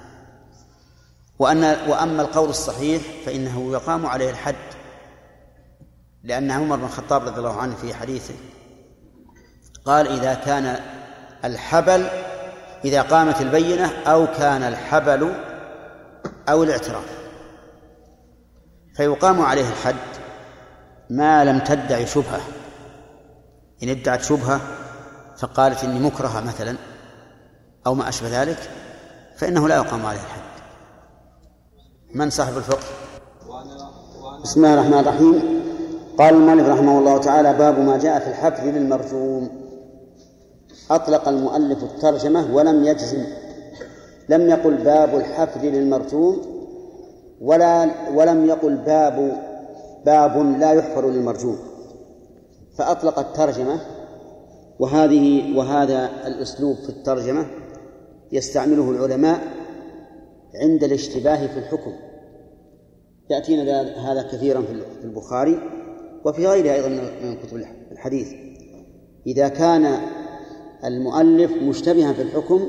وأما القول الصحيح فإنه يقام عليه الحد، لأن عمر بن الخطاب رضي الله عنه في حديثه قال: إذا كان الحبل، إذا قامت البينة، أو كان الحبل أو الاعتراف، فيقام عليه الحد ما لم تدعي شبهة. إن ادعت شبهة فقالت إني مكرهة مثلا أو ما أشبه ذلك فإنه لا يقام عليه الحد. من صاحب الفقه؟ بسم الله الرحمن الرحيم. قال المؤلف رحمه الله تعالى: باب ما جاء في الحفظ للمرجوم. أطلق المؤلف الترجمة ولم يجزم، لم يقل باب الحفظ للمرجوم ولم يقل باب لا يحفر للمرجوم، فأطلق الترجمة. وهذا الأسلوب في الترجمة يستعمله العلماء عند الاشتباه في الحكم. يأتينا هذا كثيرا في البخاري وفي غيره أيضا من كتب الحديث. إذا كان المؤلف مشتبها في الحكم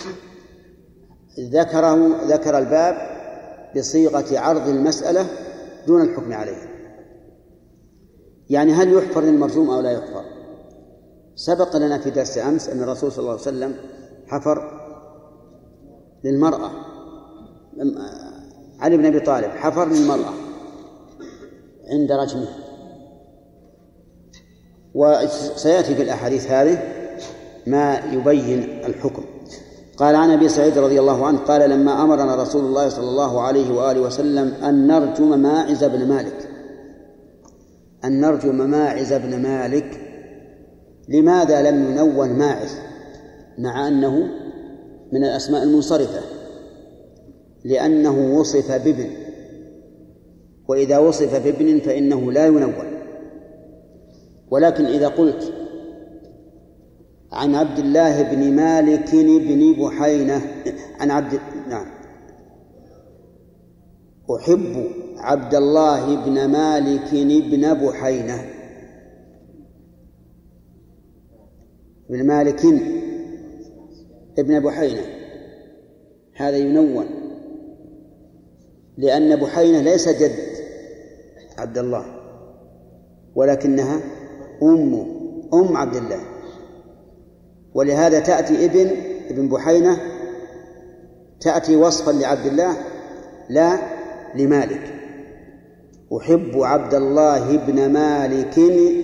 ذكر الباب بصيغة عرض المسألة دون الحكم عليه. يعني هل يحفر للمرجوم أو لا يحفر؟ سبق لنا في درس أمس أن الرسول صلى الله عليه وسلم حفر للمرأة، علي بن أبي طالب حفر للمرأة عند رجمه. وسيأتي في الأحاديث هذه ما يبين الحكم. قال عن أبي سعيد رضي الله عنه قال: لما أمرنا رسول الله صلى الله عليه وآله وسلم أن نرجم ماعز بن مالك، لماذا لم ينون ماعز مع أنه من الأسماء المنصرفة؟ لأنه وصف بابن، وإذا وصف بابن فإنه لا ينون. ولكن إذا قلت عن عبد الله بن مالك بن بحينة أحب عبد الله بن مالك بن بحينة بن مالك ابن بحينة، هذا ينون، لأن بحينة ليس جد عبد الله، ولكنها أم عبد الله. ولهذا تأتي ابن بحينة تأتي وصفا لعبد الله لا لمالك. أحب عبد الله ابن مالك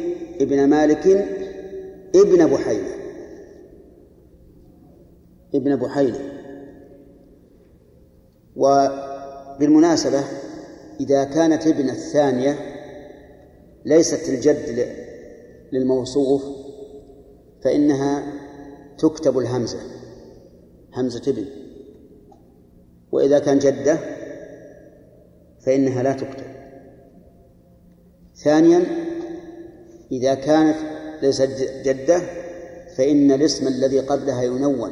ابن بحينة. وبالمناسبة إذا كانت ابن الثانية ليست الجد للموصوف فإنها تكتب الهمزة، همزة ابن، وإذا كان جدة فإنها لا تكتب. ثانيا إذا كانت ليست جدة فإن الاسم الذي قبلها ينون،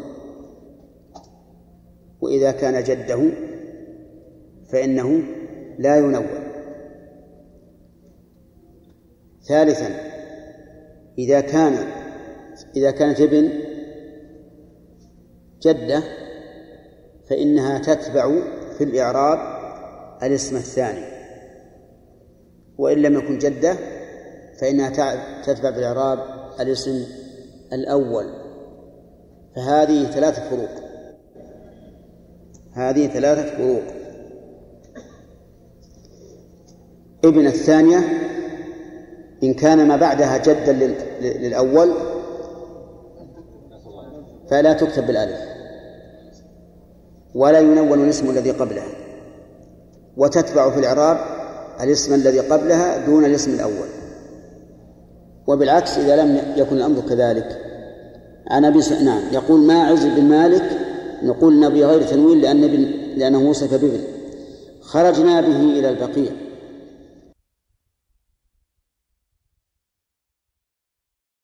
وإذا كان جده فإنه لا ينون. ثالثا إذا كانت ابن جدة فإنها تتبع في الإعراب الاسم الثاني، وإن لم يكن جدة فإنها تتبع في الإعراب الاسم الأول. فهذه ثلاثة فروق. ابن الثانية إن كان ما بعدها جدا للأول فلا تكتب بالألف ولا ينون الاسم الذي قبلها، وتتبع في الإعراب الاسم الذي قبلها دون الاسم الأول. وبالعكس إذا لم يكن الأمر كذلك. عن أبي سنان يقول ماعز بن مالك، نقول بغير تنوين لأنه وصف بابن. خرجنا به إلى البقيع